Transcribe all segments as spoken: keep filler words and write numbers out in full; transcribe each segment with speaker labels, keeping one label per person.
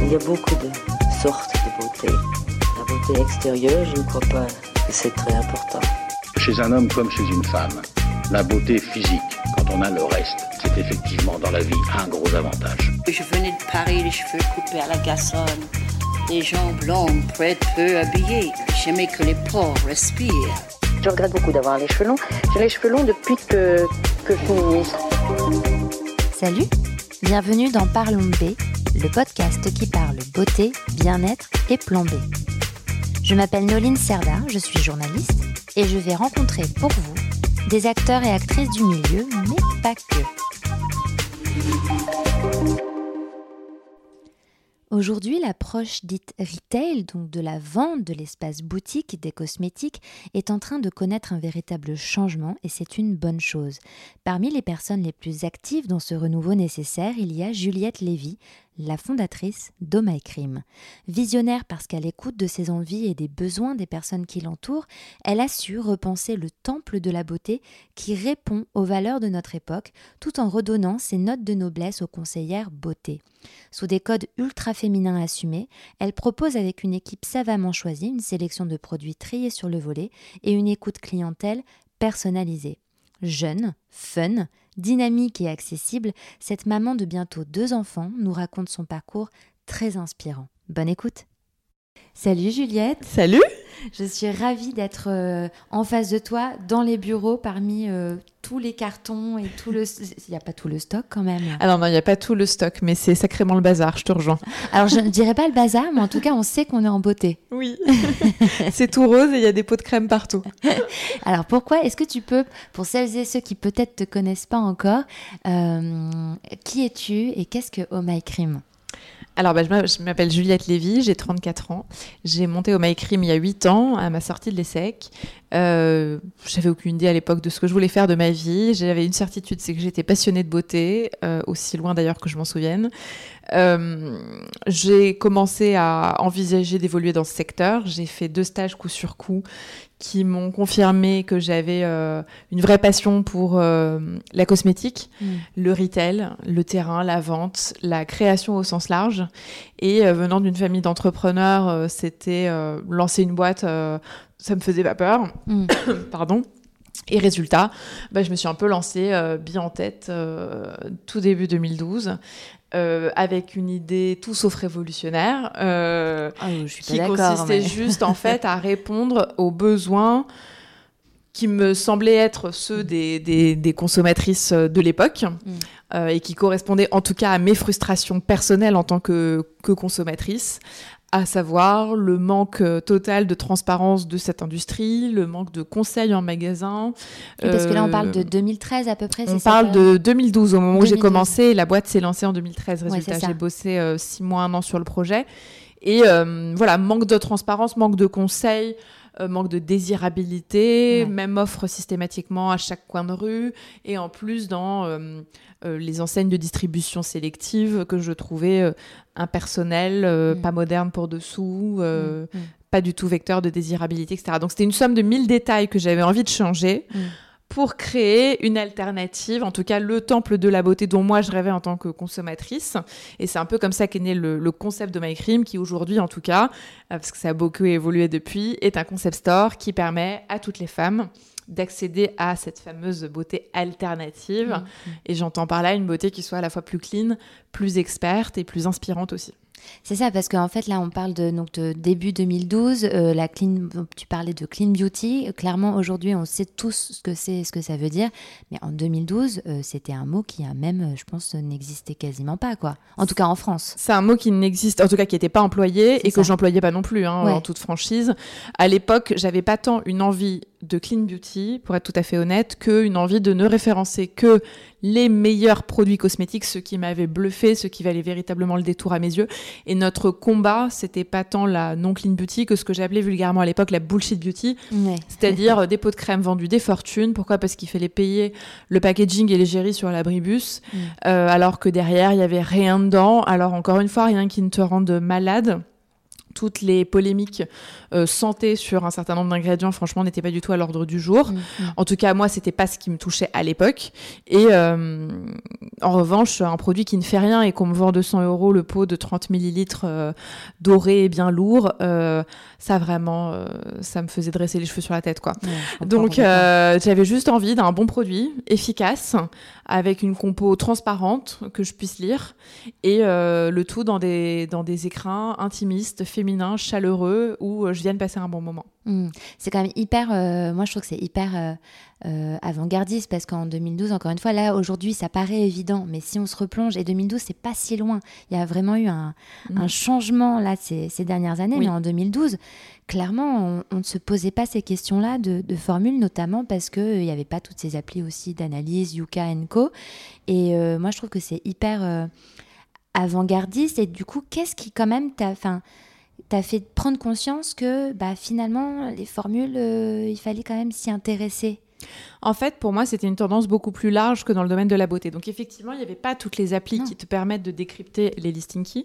Speaker 1: Il y a beaucoup de sortes de beauté. La beauté extérieure, je ne crois pas que c'est très important.
Speaker 2: Chez un homme comme chez une femme, la beauté physique, quand on a le reste, c'est effectivement dans la vie un gros avantage.
Speaker 3: Je venais de Paris, les cheveux coupés à la garçonne, les jambes longues, prêtes, peu habillées. J'aimais que les pores respirent.
Speaker 1: Je regrette beaucoup d'avoir les cheveux longs. J'ai les cheveux longs depuis que, que je suis ministre.
Speaker 4: Salut, bienvenue dans Parlons B, le podcast qui parle beauté, bien-être et plan B. Je m'appelle Noline Serda, je suis journaliste et je vais rencontrer pour vous des acteurs et actrices du milieu, mais pas que. Aujourd'hui, l'approche dite retail, donc de la vente de l'espace boutique des cosmétiques, est en train de connaître un véritable changement et c'est une bonne chose. Parmi les personnes les plus actives dans ce renouveau nécessaire, il y a Juliette Lévy, la fondatrice d'Oh My Cream. Visionnaire parce qu'à l'écoute de ses envies et des besoins des personnes qui l'entourent, elle a su repenser le temple de la beauté qui répond aux valeurs de notre époque, tout en redonnant ses notes de noblesse aux conseillères beauté. Sous des codes ultra féminins assumés, elle propose avec une équipe savamment choisie une sélection de produits triés sur le volet et une écoute clientèle personnalisée. Jeune, fun, dynamique et accessible, cette maman de bientôt deux enfants nous raconte son parcours très inspirant. Bonne écoute. Salut Juliette.
Speaker 5: Salut.
Speaker 4: Je suis ravie d'être euh, en face de toi, dans les bureaux, parmi euh, tous les cartons et tout le... Il n'y a pas tout le stock quand même.
Speaker 5: Ah non, non, il n'y a pas tout le stock, mais c'est sacrément le bazar, je te rejoins.
Speaker 4: Alors, je ne dirais pas le bazar, mais en tout cas, on sait qu'on est en beauté.
Speaker 5: Oui, c'est tout rose et il y a des pots de crème partout.
Speaker 4: Alors, pourquoi est-ce que tu peux, pour celles et ceux qui peut-être ne te connaissent pas encore, euh, qui es-tu et qu'est-ce que Oh My Cream ?
Speaker 5: Alors, bah, je m'appelle Juliette Lévy, j'ai trente-quatre ans. J'ai monté Oh My Cream il y a huit ans, à ma sortie de l'ESSEC. Euh, j'avais aucune idée à l'époque de ce que je voulais faire de ma vie. J'avais une certitude, c'est que j'étais passionnée de beauté, euh, aussi loin d'ailleurs que je m'en souvienne. Euh, j'ai commencé à envisager d'évoluer dans ce secteur. J'ai fait deux stages coup sur coup qui m'ont confirmé que j'avais euh, une vraie passion pour euh, la cosmétique, mmh. le retail, le terrain, la vente, la création au sens large. Et euh, venant d'une famille d'entrepreneurs, euh, c'était euh, lancer une boîte, euh, ça me faisait pas peur. Mmh. Pardon. Et résultat, bah, je me suis un peu lancée euh, bien en tête euh, tout début deux mille douze. Euh, avec une idée tout sauf révolutionnaire euh,
Speaker 4: oh, je suis
Speaker 5: qui
Speaker 4: pas
Speaker 5: consistait
Speaker 4: mais... juste
Speaker 5: en fait à répondre aux besoins qui me semblaient être ceux des, des, des consommatrices de l'époque mm. euh, et qui correspondaient en tout cas à mes frustrations personnelles en tant que, que consommatrice, à savoir le manque total de transparence de cette industrie, le manque de conseils en magasin.
Speaker 4: Oui, parce que là, on parle de deux mille treize à peu près, c'est
Speaker 5: on
Speaker 4: ça?
Speaker 5: On parle de deux mille douze, au moment
Speaker 4: deux mille douze.
Speaker 5: Où j'ai commencé. La boîte s'est lancée en deux mille treize. Résultat,
Speaker 4: ouais,
Speaker 5: j'ai bossé euh, six mois, un an sur le projet. Et euh, voilà, manque de transparence, manque de conseils, euh, manque de désirabilité, ouais. Même offre systématiquement à chaque coin de rue. Et en plus, dans euh, euh, les enseignes de distribution sélective que je trouvais... Euh, impersonnel, euh, mmh. pas moderne pour dessous, euh, mmh. pas du tout vecteur de désirabilité, et cetera. Donc c'était une somme de mille détails que j'avais envie de changer mmh. pour créer une alternative, en tout cas le temple de la beauté dont moi je rêvais en tant que consommatrice. Et c'est un peu comme ça qu'est né le, le concept de Oh My Cream, qui aujourd'hui en tout cas, euh, parce que ça a beaucoup évolué depuis, est un concept store qui permet à toutes les femmes d'accéder à cette fameuse beauté alternative. Mmh. Et j'entends par là une beauté qui soit à la fois plus clean, plus experte et plus inspirante aussi.
Speaker 4: C'est ça, parce qu'en fait, là, on parle de, donc, de début deux mille douze, euh, la clean, tu parlais de clean beauty. Clairement, aujourd'hui, on sait tous ce que c'est, ce que ça veut dire. Mais en deux mille douze, euh, c'était un mot qui a même, je pense, n'existait quasiment pas, quoi. En tout cas, en France.
Speaker 5: C'est un mot qui n'existe, en tout cas, qui n'était pas employé c'est et ça. Que j'employais pas non plus, hein, ouais. En toute franchise. À l'époque, j'avais pas tant une envie de clean beauty, pour être tout à fait honnête, qu'une envie de ne référencer que les meilleurs produits cosmétiques, ceux qui m'avaient bluffé, ceux qui valaient véritablement le détour à mes yeux. Et notre combat, c'était pas tant la non-clean beauty que ce que j'appelais vulgairement à l'époque la bullshit beauty, ouais. C'est-à-dire des pots de crème vendus des fortunes. Pourquoi ? Parce qu'il fallait payer le packaging et l'égérie sur l'abribus, mm. euh, alors que derrière, il y avait rien dedans. Alors encore une fois, rien qui ne te rende malade. toutes les polémiques euh, santé sur un certain nombre d'ingrédients, franchement, n'étaient pas du tout à l'ordre du jour. Mmh. En tout cas, moi, c'était pas ce qui me touchait à l'époque. Et euh, en revanche, un produit qui ne fait rien et qu'on me vend deux cents euros le pot de trente millilitres euh, doré et bien lourd, euh, ça vraiment, euh, ça me faisait dresser les cheveux sur la tête, quoi. Ouais, Donc, euh, j'avais juste envie d'un bon produit, efficace, avec une compo transparente que je puisse lire, et euh, le tout dans des, dans des écrins intimistes, féminins, chaleureux, où je vienne passer un bon moment.
Speaker 4: Mmh. C'est quand même hyper, euh, moi je trouve que c'est hyper euh, euh, avant-gardiste, parce qu'en deux mille douze, encore une fois, là aujourd'hui ça paraît évident, mais si on se replonge, et deux mille douze c'est pas si loin, il y a vraiment eu un, mmh. un changement là ces, ces dernières années, oui. Mais en deux mille douze, clairement on, on ne se posait pas ces questions-là de, de formules, notamment parce qu'il n'y avait pas toutes ces applis aussi d'analyse, Yuka and Co. Et euh, moi je trouve que c'est hyper euh, avant-gardiste, et du coup qu'est-ce qui quand même t'a... Fin, t'as fait prendre conscience que bah, finalement, les formules, euh, il fallait quand même s'y intéresser?
Speaker 5: En fait, pour moi, c'était une tendance beaucoup plus large que dans le domaine de la beauté. Donc, effectivement, il n'y avait pas toutes les applis non. qui te permettent de décrypter les listing keys.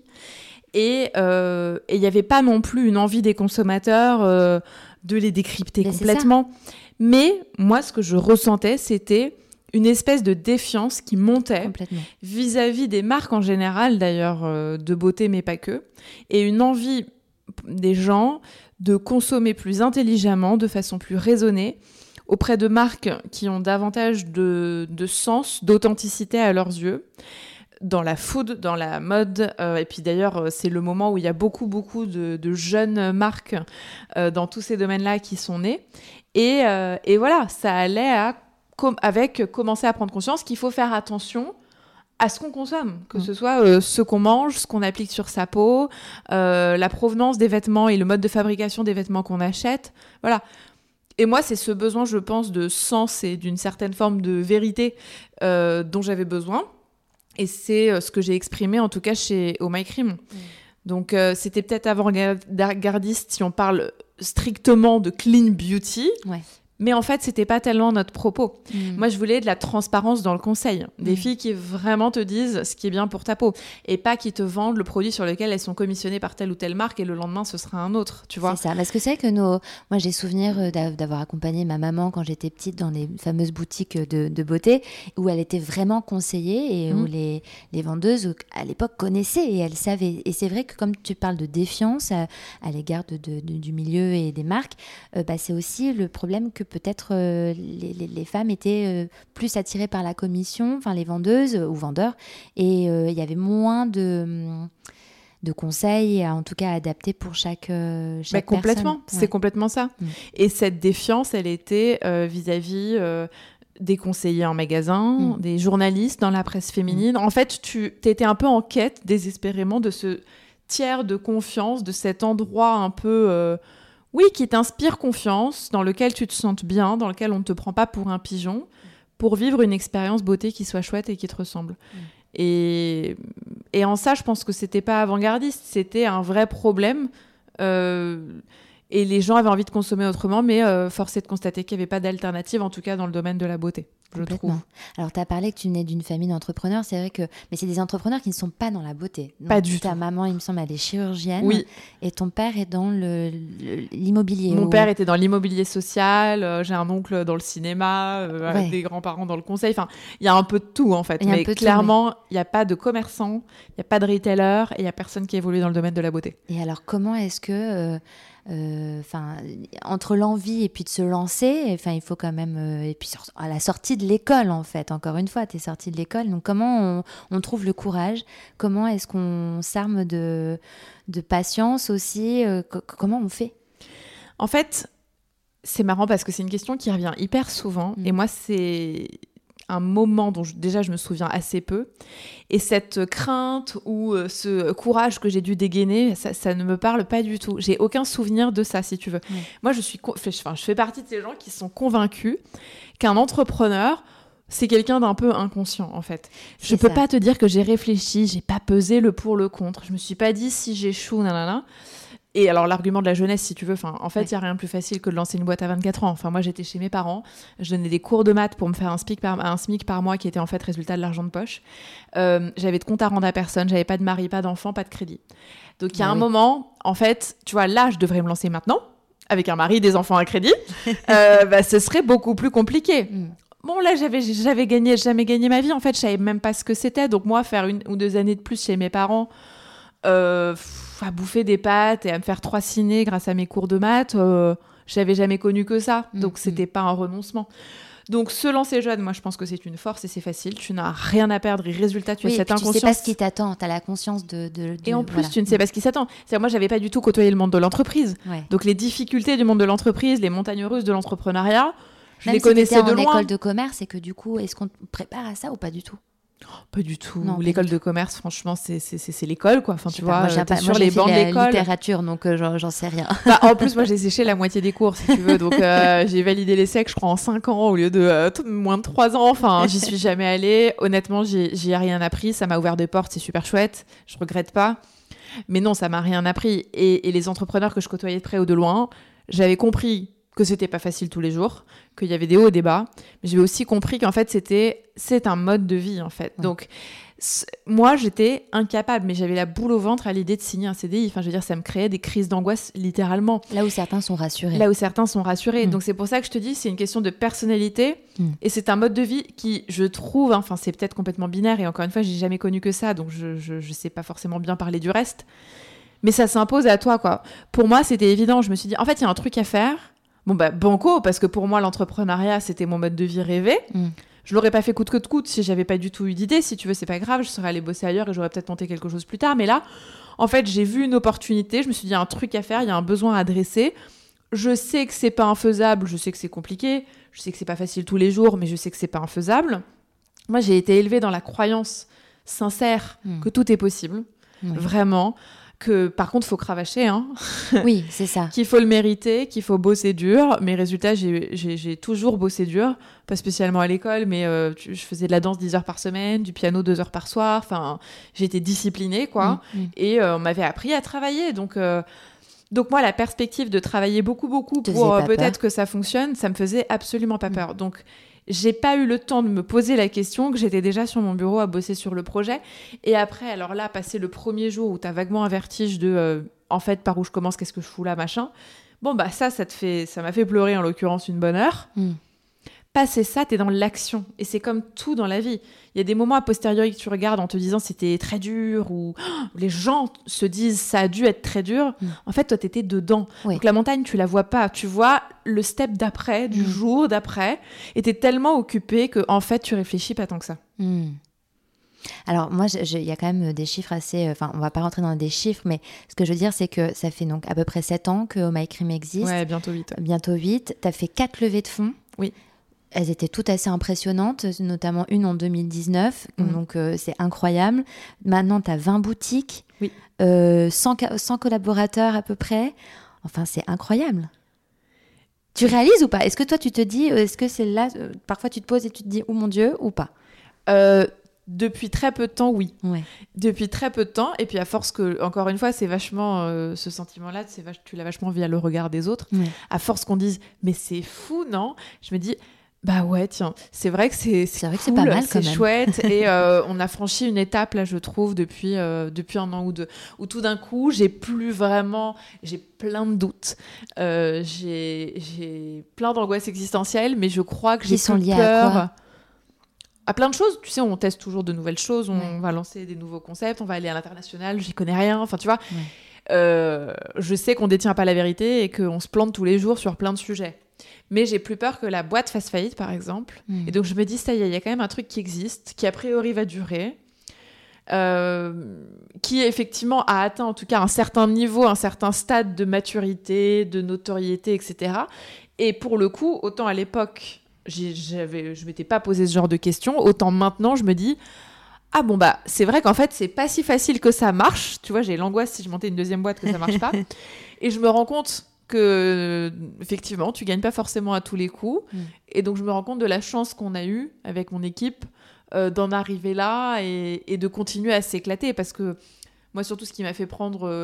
Speaker 5: Et euh, il n'y avait pas non plus une envie des consommateurs euh, de les décrypter Mais complètement. Mais moi, ce que je ressentais, c'était une espèce de défiance qui montait vis-à-vis des marques en général, d'ailleurs, euh, de beauté, mais pas que. Et une envie des gens de consommer plus intelligemment, de façon plus raisonnée, auprès de marques qui ont davantage de, de sens, d'authenticité à leurs yeux, dans la food, dans la mode. Euh, et puis d'ailleurs, c'est le moment où il y a beaucoup, beaucoup de, de jeunes marques euh, dans tous ces domaines-là qui sont nées. Et, euh, et voilà, ça allait à, com- avec commencer à prendre conscience qu'il faut faire attention à ce qu'on consomme, que mmh. ce soit euh, ce qu'on mange, ce qu'on applique sur sa peau, euh, la provenance des vêtements et le mode de fabrication des vêtements qu'on achète. Voilà. Et moi, c'est ce besoin, je pense, de sens et d'une certaine forme de vérité euh, dont j'avais besoin. Et c'est euh, ce que j'ai exprimé, en tout cas, chez Oh My Cream. Mmh. Donc, euh, c'était peut-être avant-gardiste si on parle strictement de clean beauty. Ouais. Mais en fait, c'était pas tellement notre propos. Mmh. Moi, je voulais de la transparence dans le conseil. Des mmh. filles qui vraiment te disent ce qui est bien pour ta peau. Et pas qui te vendent le produit sur lequel elles sont commissionnées par telle ou telle marque et le lendemain, ce sera un autre, tu vois.
Speaker 4: C'est ça. Parce que c'est vrai que nos... moi, j'ai souvenir d'avoir accompagné ma maman quand j'étais petite dans les fameuses boutiques de, de beauté où elle était vraiment conseillée et mmh. où les, les vendeuses, à l'époque, connaissaient et elles savaient. Et c'est vrai que comme tu parles de défiance à, à l'égard de, de, de, du milieu et des marques, euh, bah, c'est aussi le problème que peut-être euh, les, les, les femmes étaient euh, plus attirées par la commission, enfin les vendeuses euh, ou vendeurs, et il euh, y avait moins de, de conseils, en tout cas adaptés pour chaque, euh, chaque
Speaker 5: bah, complètement,
Speaker 4: personne.
Speaker 5: C'est ouais. complètement ça. Mmh. Et cette défiance, elle était euh, vis-à-vis euh, des conseillers en magasin, mmh. des journalistes dans la presse féminine. Mmh. En fait, tu étais un peu en quête désespérément de ce tiers de confiance, de cet endroit un peu... Euh, Oui, qui t'inspire confiance, dans lequel tu te sentes bien, dans lequel on ne te prend pas pour un pigeon, pour vivre une expérience beauté qui soit chouette et qui te ressemble. Mmh. Et, et en ça, je pense que c'était pas avant-gardiste, c'était un vrai problème. Euh, et les gens avaient envie de consommer autrement, mais euh, force est de constater qu'il n'y avait pas d'alternative, en tout cas dans le domaine de la beauté, je trouve.
Speaker 4: Alors, tu as parlé que tu venais d'une famille d'entrepreneurs, c'est vrai que... Mais c'est des entrepreneurs qui ne sont pas dans la beauté.
Speaker 5: Donc, pas du
Speaker 4: ta
Speaker 5: tout.
Speaker 4: Ta maman, il me semble, elle est chirurgienne.
Speaker 5: Oui.
Speaker 4: Et ton père est dans le, le, l'immobilier.
Speaker 5: Mon
Speaker 4: ou...
Speaker 5: père était dans l'immobilier social, euh, j'ai un oncle dans le cinéma, euh, ouais. avec des grands-parents dans le conseil. Enfin, il y a un peu de tout, en fait. Mais clairement, il n'y a pas de commerçant, il n'y a pas de retailer, et il n'y a personne qui évolue dans le domaine de la beauté.
Speaker 4: Et alors, comment est-ce que... Euh... Enfin, euh, entre l'envie et puis de se lancer, enfin, il faut quand même, euh, et puis sur, à la sortie de l'école, en fait, encore une fois, tu es sortie de l'école, donc comment on, on trouve le courage, comment est-ce qu'on s'arme de, de patience aussi, euh, co- comment on fait?
Speaker 5: En fait, c'est marrant parce que c'est une question qui revient hyper souvent, mmh. et moi, c'est un moment dont je, déjà je me souviens assez peu, et cette crainte ou euh, ce courage que j'ai dû dégainer, ça, ça ne me parle pas du tout. J'ai aucun souvenir de ça, si tu veux. Mmh. Moi, je suis, con- enfin, je fais partie de ces gens qui sont convaincus qu'un entrepreneur, c'est quelqu'un d'un peu inconscient, en fait. C'est je peux ça. Pas te dire que j'ai réfléchi, j'ai pas pesé le pour le contre. Je me suis pas dit si j'échoue, nanana. Et alors, l'argument de la jeunesse, si tu veux, en fait, il
Speaker 4: ouais.
Speaker 5: n'y a rien de plus facile que de lancer une boîte à vingt-quatre ans. Enfin, moi, j'étais chez mes parents, je donnais des cours de maths pour me faire un SMIC par, un SMIC par mois qui était en fait résultat de l'argent de poche. Euh, j'avais de compte à rendre à personne, j'avais pas de mari, pas d'enfant, pas de crédit. Donc, il y a ah, un oui. moment, en fait, tu vois, là, je devrais me lancer maintenant, avec un mari, des enfants à crédit. euh, bah, ce serait beaucoup plus compliqué. Mm. Bon, là, j'avais, j'avais gagné, jamais gagné ma vie. En fait, je savais même pas ce que c'était. Donc, moi, faire une ou deux années de plus chez mes parents, euh, à bouffer des pâtes et à me faire trois cinés grâce à mes cours de maths, euh, j'avais jamais connu que ça. Donc, mmh. c'était pas un renoncement. Donc, se lancer jeune, moi, je pense que c'est une force et c'est facile. Tu n'as rien à perdre et résultat, tu
Speaker 4: oui,
Speaker 5: as cette inconscience.
Speaker 4: Tu sais pas ce qui t'attend, tu as la conscience de, de, de...
Speaker 5: Et en plus,
Speaker 4: voilà.
Speaker 5: tu ne sais pas ce qui s'attend. C'est-à-dire, moi, j'avais pas du tout côtoyé le monde de l'entreprise.
Speaker 4: Ouais.
Speaker 5: Donc, les difficultés du monde de l'entreprise, les montagnes russes de l'entrepreneuriat, je
Speaker 4: Même
Speaker 5: les
Speaker 4: si
Speaker 5: connaissais de
Speaker 4: en
Speaker 5: loin.
Speaker 4: école de commerce, et que du coup, est-ce qu'on te prépare à ça ou pas du tout?
Speaker 5: Pas du tout.
Speaker 4: Non,
Speaker 5: l'école
Speaker 4: pas du
Speaker 5: de commerce, franchement, c'est, c'est, c'est, c'est l'école, quoi. Enfin, tu
Speaker 4: pas,
Speaker 5: vois,
Speaker 4: moi, j'ai
Speaker 5: t'es
Speaker 4: pas,
Speaker 5: sur
Speaker 4: moi,
Speaker 5: les
Speaker 4: j'ai
Speaker 5: bancs de
Speaker 4: fait
Speaker 5: l'école.
Speaker 4: La littérature, donc euh, j'en, j'en sais rien.
Speaker 5: Bah, en plus, moi, j'ai séché la moitié des cours, si tu veux. Donc, euh, j'ai validé les secs, je crois, en cinq ans au lieu de euh, t- moins de trois ans. Enfin, j'y suis jamais allée. Honnêtement, j'y, j'y ai rien appris. Ça m'a ouvert des portes, c'est super chouette. Je regrette pas. Mais non, ça m'a rien appris. Et, et les entrepreneurs que je côtoyais de près ou de loin, j'avais compris que c'était pas facile tous les jours, qu'il y avait des hauts et des bas, mais j'avais aussi compris qu'en fait c'était c'est un mode de vie en fait. Ouais. Donc c- moi j'étais incapable, mais j'avais la boule au ventre à l'idée de signer un C D I. Enfin je veux dire, ça me créait des crises d'angoisse littéralement.
Speaker 4: Là où certains sont rassurés.
Speaker 5: Là où certains sont rassurés. Mmh. Donc c'est pour ça que je te dis, c'est une question de personnalité mmh. et c'est un mode de vie qui, je trouve, enfin c'est peut-être complètement binaire et encore une fois j'ai jamais connu que ça, donc je je, je sais pas forcément bien parler du reste, mais ça s'impose à toi quoi. Pour moi c'était évident. Je me suis dit en fait il y a un truc à faire. Bon, bah, banco, parce que pour moi, l'entrepreneuriat, c'était mon mode de vie rêvé. Mm. Je l'aurais pas fait coûte que de coûte si j'avais pas du tout eu d'idée. Si tu veux, c'est pas grave, je serais allée bosser ailleurs et j'aurais peut-être monté quelque chose plus tard. Mais là, en fait, j'ai vu une opportunité. Je me suis dit, il y a un truc à faire, il y a un besoin à adresser. Je sais que c'est pas infaisable, je sais que c'est compliqué, je sais que c'est pas facile tous les jours, mais je sais que c'est pas infaisable. Moi, j'ai été élevée dans la croyance sincère mm. que tout est possible. Mm. Vraiment. Que par contre, il faut cravacher. Hein.
Speaker 4: Oui, c'est ça.
Speaker 5: Qu'il faut le mériter, qu'il faut bosser dur. Mes résultats, j'ai, j'ai, j'ai toujours bossé dur. Pas spécialement à l'école, mais euh, je faisais de la danse dix heures par semaine, du piano deux heures par soir. Enfin, j'étais disciplinée, quoi. Mmh, mmh. Et euh, on m'avait appris à travailler. Donc, euh, donc moi, la perspective de travailler beaucoup, beaucoup pour euh, peut-être que ça fonctionne, ça me faisait absolument pas peur. Mmh. Donc, j'ai pas eu le temps de me poser la question, que j'étais déjà sur mon bureau à bosser sur le projet. Et après, alors là, passer le premier jour où t'as vaguement un vertige de euh, en fait, par où je commence, qu'est-ce que je fous là, machin. Bon, bah ça, ça te fait, ça m'a fait pleurer en l'occurrence une bonne heure. Mm. Passer ça, t'es dans l'action. Et c'est comme tout dans la vie. Il y a des moments a posteriori que tu regardes en te disant c'était très dur ou oh, les gens se disent ça a dû être très dur. Mm. En fait, toi, t'étais dedans. Oui. Donc la montagne, tu la vois pas. Tu vois le step d'après, du mm. jour d'après. Et t'es tellement occupé que en fait, tu réfléchis pas tant que ça.
Speaker 4: Mm. Alors moi, il y a quand même des chiffres assez... Enfin, on va pas rentrer dans des chiffres, mais ce que je veux dire, c'est que ça fait donc à peu près sept ans que Oh My Crime existe.
Speaker 5: Ouais, bientôt huit.
Speaker 4: Bientôt huit. T'as fait quatre levées de fonds.
Speaker 5: Oui.
Speaker 4: Elles étaient toutes assez impressionnantes, notamment une en deux mille dix-neuf, mmh. donc euh, c'est incroyable. Maintenant, tu as vingt boutiques,
Speaker 5: oui.
Speaker 4: euh, cent, cent collaborateurs à peu près. Enfin, c'est incroyable. Tu réalises ou pas ? Est-ce que toi, tu te dis, est-ce que c'est là, euh, parfois tu te poses et tu te dis, oh mon Dieu, ou pas ?
Speaker 5: euh, Depuis très peu de temps, oui.
Speaker 4: Ouais.
Speaker 5: Depuis très peu de temps. Et puis à force que, encore une fois, c'est vachement, euh, ce sentiment-là, c'est vach- tu l'as vachement via le regard des autres. Ouais. À force qu'on dise, mais c'est fou, non ? Je me dis... Bah ouais, tiens, c'est vrai que c'est, c'est,
Speaker 4: c'est, vrai
Speaker 5: cool,
Speaker 4: que c'est pas mal
Speaker 5: c'est
Speaker 4: quand même.
Speaker 5: chouette. Et euh, on a franchi une étape, là, je trouve, depuis, euh, depuis un an ou deux, où tout d'un coup, j'ai plus vraiment... J'ai plein de doutes. Euh, j'ai, j'ai plein d'angoisses existentielles, mais je crois que j'ai
Speaker 4: Qui sont
Speaker 5: plus
Speaker 4: liées
Speaker 5: peur...
Speaker 4: à quoi ?
Speaker 5: À plein de choses. Tu sais, on teste toujours de nouvelles choses, on
Speaker 4: ouais.
Speaker 5: va lancer des nouveaux concepts, on va aller à l'international, j'y connais rien, enfin, tu vois.
Speaker 4: Ouais.
Speaker 5: Euh, je sais qu'on détient pas la vérité et qu'on se plante tous les jours sur plein de sujets. Mais j'ai plus peur que la boîte fasse faillite, par exemple. Mmh. Et donc, je me dis, ça y est, il y a quand même un truc qui existe, qui a priori va durer, euh, qui effectivement a atteint en tout cas un certain niveau, un certain stade de maturité, de notoriété, et cetera. Et pour le coup, autant à l'époque, j'ai, j'avais, je m'étais pas posé ce genre de questions, autant maintenant, je me dis... Ah bon, bah, c'est vrai qu'en fait, c'est pas si facile que ça marche. Tu vois, j'ai l'angoisse si je montais une deuxième boîte que ça marche pas. Et je me rends compte que, effectivement, tu gagnes pas forcément à tous les coups. Mm. Et donc, je me rends compte de la chance qu'on a eue avec mon équipe euh, d'en arriver là et, et de continuer à s'éclater. Parce que moi, surtout, ce qui m'a fait prendre euh,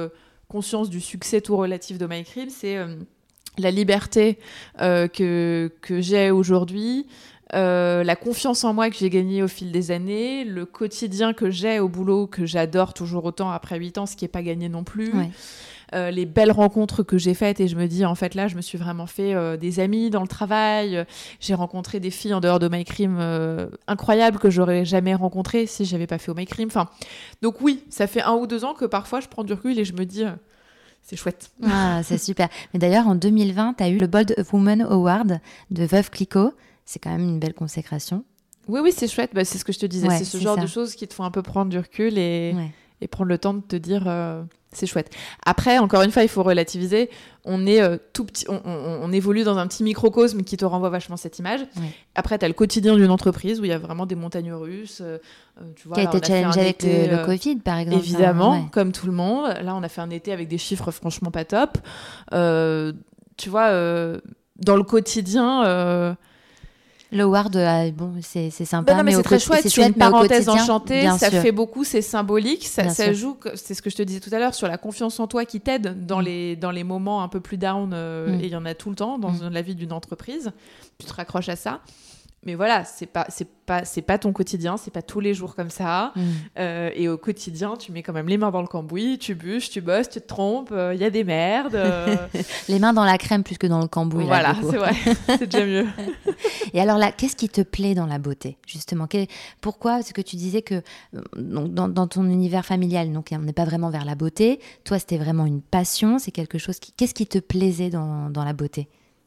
Speaker 5: conscience du succès tout relatif de My Crib, c'est euh, la liberté euh, que, que j'ai aujourd'hui, euh, la confiance en moi que j'ai gagnée au fil des années, le quotidien que j'ai au boulot, que j'adore toujours autant après huit ans, ce qui n'est pas gagné non plus. Ouais. Euh, les belles rencontres que j'ai faites, et je me dis en fait là je me suis vraiment fait euh, des amis dans le travail, euh, j'ai rencontré des filles en dehors de My Crib euh, incroyables que j'aurais jamais rencontrées si j'avais pas fait au My Crib. Enfin, donc oui, ça fait un ou deux ans que parfois je prends du recul et je me dis euh, c'est chouette.
Speaker 4: Ah, c'est super. Mais d'ailleurs en deux mille vingt tu as eu le Bold Woman Award de Veuve Clicquot, c'est quand même une belle consécration.
Speaker 5: Oui oui, c'est chouette, bah, c'est ce que je te disais, ouais, c'est ce c'est genre ça. De choses qui te font un peu prendre du recul et, ouais. et prendre le temps de te dire euh, c'est chouette. Après, encore une fois, il faut relativiser. On est euh, tout petit, on, on, on évolue dans un petit microcosme qui te renvoie vachement cette image. Oui. Après, tu as le quotidien d'une entreprise où il y a vraiment des montagnes russes. Euh, tu vois,
Speaker 4: qui a
Speaker 5: là,
Speaker 4: été challengé avec
Speaker 5: été,
Speaker 4: le, le Covid, par exemple.
Speaker 5: Évidemment,
Speaker 4: hein, ouais.
Speaker 5: comme tout le monde. Là, on a fait un été avec des chiffres franchement pas top. Euh, tu vois, euh, dans le quotidien... Euh,
Speaker 4: L'award, euh, bon, c'est, c'est sympa,
Speaker 5: ben non, mais, mais c'est très chouette. C'est, c'est une parenthèse enchantée. Ça sûr. Fait beaucoup, c'est symbolique. Ça, ça joue, c'est ce que je te disais tout à l'heure, sur la confiance en toi qui t'aide dans, mmh. les, dans les moments un peu plus down. Euh, mmh. Et il y en a tout le temps dans mmh. la vie d'une entreprise. Tu te raccroches à ça. Mais voilà, c'est pas, c'est pas, c'est pas ton quotidien, c'est pas tous les jours comme ça. Mmh. Euh, et au quotidien, tu mets quand même les mains dans le cambouis, tu bûches, tu bosses, tu te trompes, il euh, y a des merdes. Euh...
Speaker 4: les mains dans la crème plus que dans le cambouis.
Speaker 5: Voilà,
Speaker 4: là,
Speaker 5: c'est vrai, c'est déjà mieux.
Speaker 4: Et alors là, qu'est-ce qui te plaît dans la beauté, justement ? Quel... Pourquoi ? Parce que tu disais que donc, dans, dans ton univers familial, donc on n'est pas vraiment vers la beauté. Toi, c'était vraiment une passion, c'est quelque chose qui... Qu'est-ce qui te plaisait dans, dans la beauté ?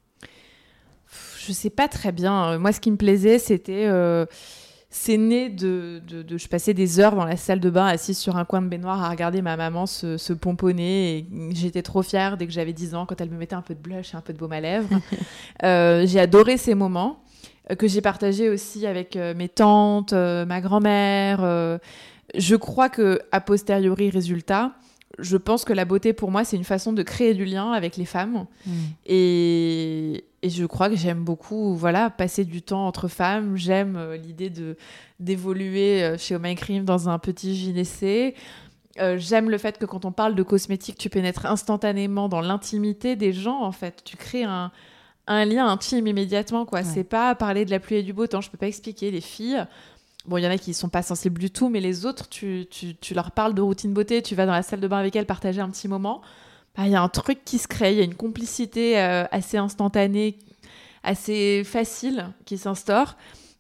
Speaker 5: Je sais pas très bien. Moi, ce qui me plaisait, c'était... Euh, c'est né de, de, de... Je passais des heures dans la salle de bain, assise sur un coin de baignoire, à regarder ma maman se, se pomponner. Et j'étais trop fière dès que j'avais dix ans, quand elle me mettait un peu de blush et un peu de baume à lèvres. euh, j'ai adoré ces moments, euh, que j'ai partagés aussi avec euh, mes tantes, euh, ma grand-mère. Euh, je crois qu'à posteriori, résultat... Je pense que la beauté, pour moi, c'est une façon de créer du lien avec les femmes. Mmh. Et, et je crois que j'aime beaucoup voilà, passer du temps entre femmes. J'aime euh, l'idée de, d'évoluer euh, chez Oh My Crib dans un petit gynécée. Euh, j'aime le fait que quand on parle de cosmétiques, tu pénètres instantanément dans l'intimité des gens, en fait. Tu crées un, un lien intime immédiatement, quoi. Ouais. C'est pas parler de la pluie et du beau temps. Je peux pas expliquer. Les filles... Bon, il y en a qui ne sont pas sensibles du tout, mais les autres, tu, tu, tu leur parles de routine beauté, tu vas dans la salle de bain avec elles, partager un petit moment. Bah, y a un truc qui se crée, il y a une complicité euh, assez instantanée, assez facile qui s'instaure.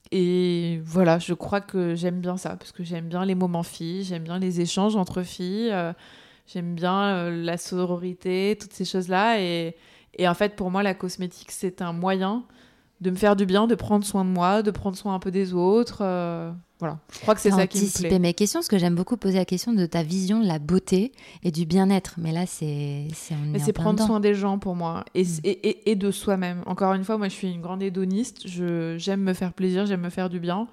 Speaker 5: Et voilà, je crois que j'aime bien ça, parce que j'aime bien les moments filles, j'aime bien les échanges entre filles, euh, j'aime bien euh, la sororité, toutes ces choses-là. Et, et en fait, pour moi, la cosmétique, c'est un moyen de me faire du bien, de prendre soin de moi, de prendre soin un peu des autres. Euh, voilà, je crois que c'est T'as ça qui me plaît.
Speaker 4: Anticiper mes questions, parce que j'aime beaucoup poser la question de ta vision de la beauté et du bien-être. Mais là, c'est... c'est on
Speaker 5: Mais
Speaker 4: est
Speaker 5: c'est prendre
Speaker 4: dedans.
Speaker 5: soin des gens pour moi, et,
Speaker 4: mmh.
Speaker 5: et, et, et de soi-même. Encore une fois, moi, je suis une grande hédoniste. Je, j'aime me faire plaisir, j'aime me faire du bien.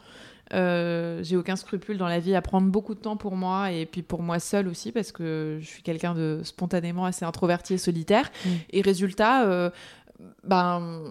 Speaker 5: Euh, j'ai aucun scrupule dans la vie à prendre beaucoup de temps pour moi, et puis pour moi seule aussi, parce que je suis quelqu'un de spontanément assez introverti et solitaire. Mmh. Et résultat, euh, ben...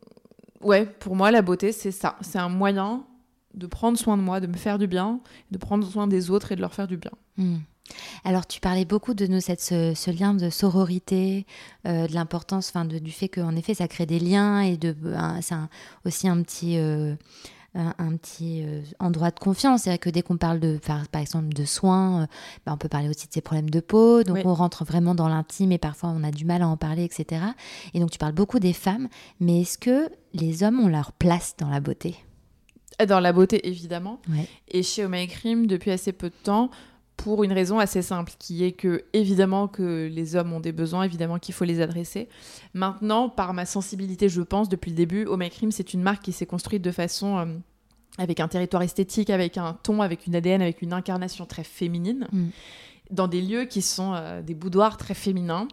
Speaker 5: Ouais, pour moi, la beauté, c'est ça. C'est un moyen de prendre soin de moi, de me faire du bien, de prendre soin des autres et de leur faire du bien.
Speaker 4: Mmh. Alors, tu parlais beaucoup de nous, cette, ce, ce lien de sororité, euh, de l'importance, enfin, de, du fait qu'en effet, ça crée des liens et de, euh, c'est un, aussi un petit... Euh, un, un petit euh, endroit de confiance. C'est vrai que dès qu'on parle de, par, par exemple de soins, euh, bah on peut parler aussi de ses problèmes de peau, donc oui. on rentre vraiment dans l'intime et parfois on a du mal à en parler, et cetera. Et donc tu parles beaucoup des femmes, mais est-ce que les hommes ont leur place dans la beauté ?
Speaker 5: Dans la beauté, évidemment.
Speaker 4: Ouais.
Speaker 5: Et chez Oh My Crib, depuis assez peu de temps, pour une raison assez simple, qui est que, évidemment, que les hommes ont des besoins, évidemment qu'il faut les adresser. Maintenant, par ma sensibilité, je pense, depuis le début, Oh My Crib, c'est une marque qui s'est construite de façon... Euh, avec un territoire esthétique, avec un ton, avec une A D N, avec une incarnation très féminine, mmh. dans des lieux qui sont euh, des boudoirs très féminins.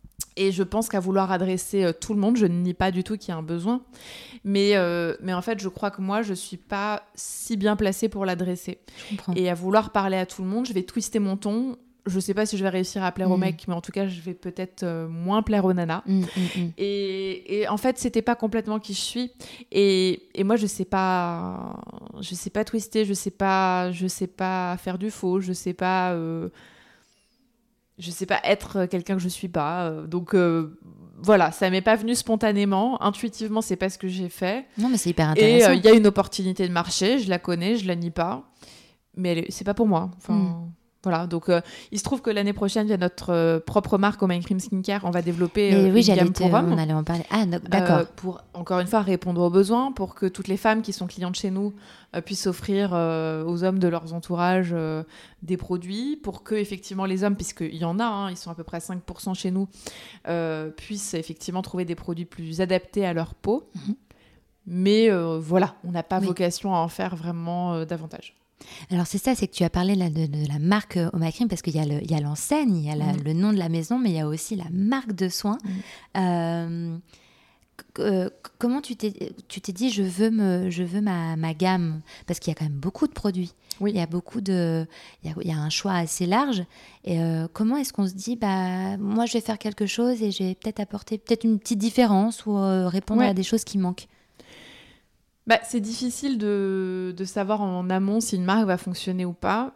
Speaker 5: Et je pense qu'à vouloir adresser euh, tout le monde, je ne nie pas du tout qu'il y a un besoin. Mais, euh, mais en fait, je crois que moi, je ne suis pas si bien placée pour l'adresser.
Speaker 4: Je comprends.
Speaker 5: Et à vouloir parler à tout le monde, je vais twister mon ton. Je ne sais pas si je vais réussir à plaire mmh. aux mecs, mais en tout cas, je vais peut-être euh, moins plaire aux nanas. Mmh, mmh, mmh. Et, et en fait, ce n'était pas complètement qui je suis. Et, et moi, je ne sais pas, je sais pas twister, je ne sais pas, je sais pas faire du faux, je ne sais pas... Euh, je sais pas, être quelqu'un que je suis pas. Euh, donc euh, voilà, ça m'est pas venu spontanément. Intuitivement, c'est pas ce que j'ai fait.
Speaker 4: Non, mais c'est hyper intéressant.
Speaker 5: Et il euh, y a une opportunité de marché, je la connais, je la nie pas, mais elle est, c'est pas pour moi. Enfin. Mm. Voilà, donc euh, il se trouve que l'année prochaine, il y a notre euh, propre marque au My Cream Skincare. On va développer euh,
Speaker 4: oui,
Speaker 5: une gamme
Speaker 4: te,
Speaker 5: pour hommes.
Speaker 4: On allait en parler. Ah, d'accord. Euh,
Speaker 5: pour, encore une fois, répondre aux besoins, pour que toutes les femmes qui sont clientes chez nous euh, puissent offrir euh, aux hommes de leurs entourages euh, des produits, pour que, effectivement, les hommes, puisqu'il y en a, hein, ils sont à peu près cinq pour cent chez nous, euh, puissent effectivement trouver des produits plus adaptés à leur peau. Mm-hmm. Mais euh, voilà, on n'a pas oui. vocation à en faire vraiment euh, davantage.
Speaker 4: Alors c'est ça, c'est que tu as parlé là, de, de la marque Oh My Cream parce qu'il y a, le, il y a l'enseigne, il y a la, mmh. le nom de la maison, mais il y a aussi la marque de soins. Mmh. Euh, euh, comment tu t'es, tu t'es dit je veux, me, je veux ma, ma gamme? Parce qu'il y a quand même beaucoup de produits. Oui. Il y a beaucoup de, il y a, il y a un choix assez large. Et euh, comment est-ce qu'on se dit bah moi je vais faire quelque chose et je vais peut-être apporter peut-être une petite différence ou euh, répondre ouais. à des choses qui manquent?
Speaker 5: Bah, c'est difficile de, de savoir en amont si une marque va fonctionner ou pas.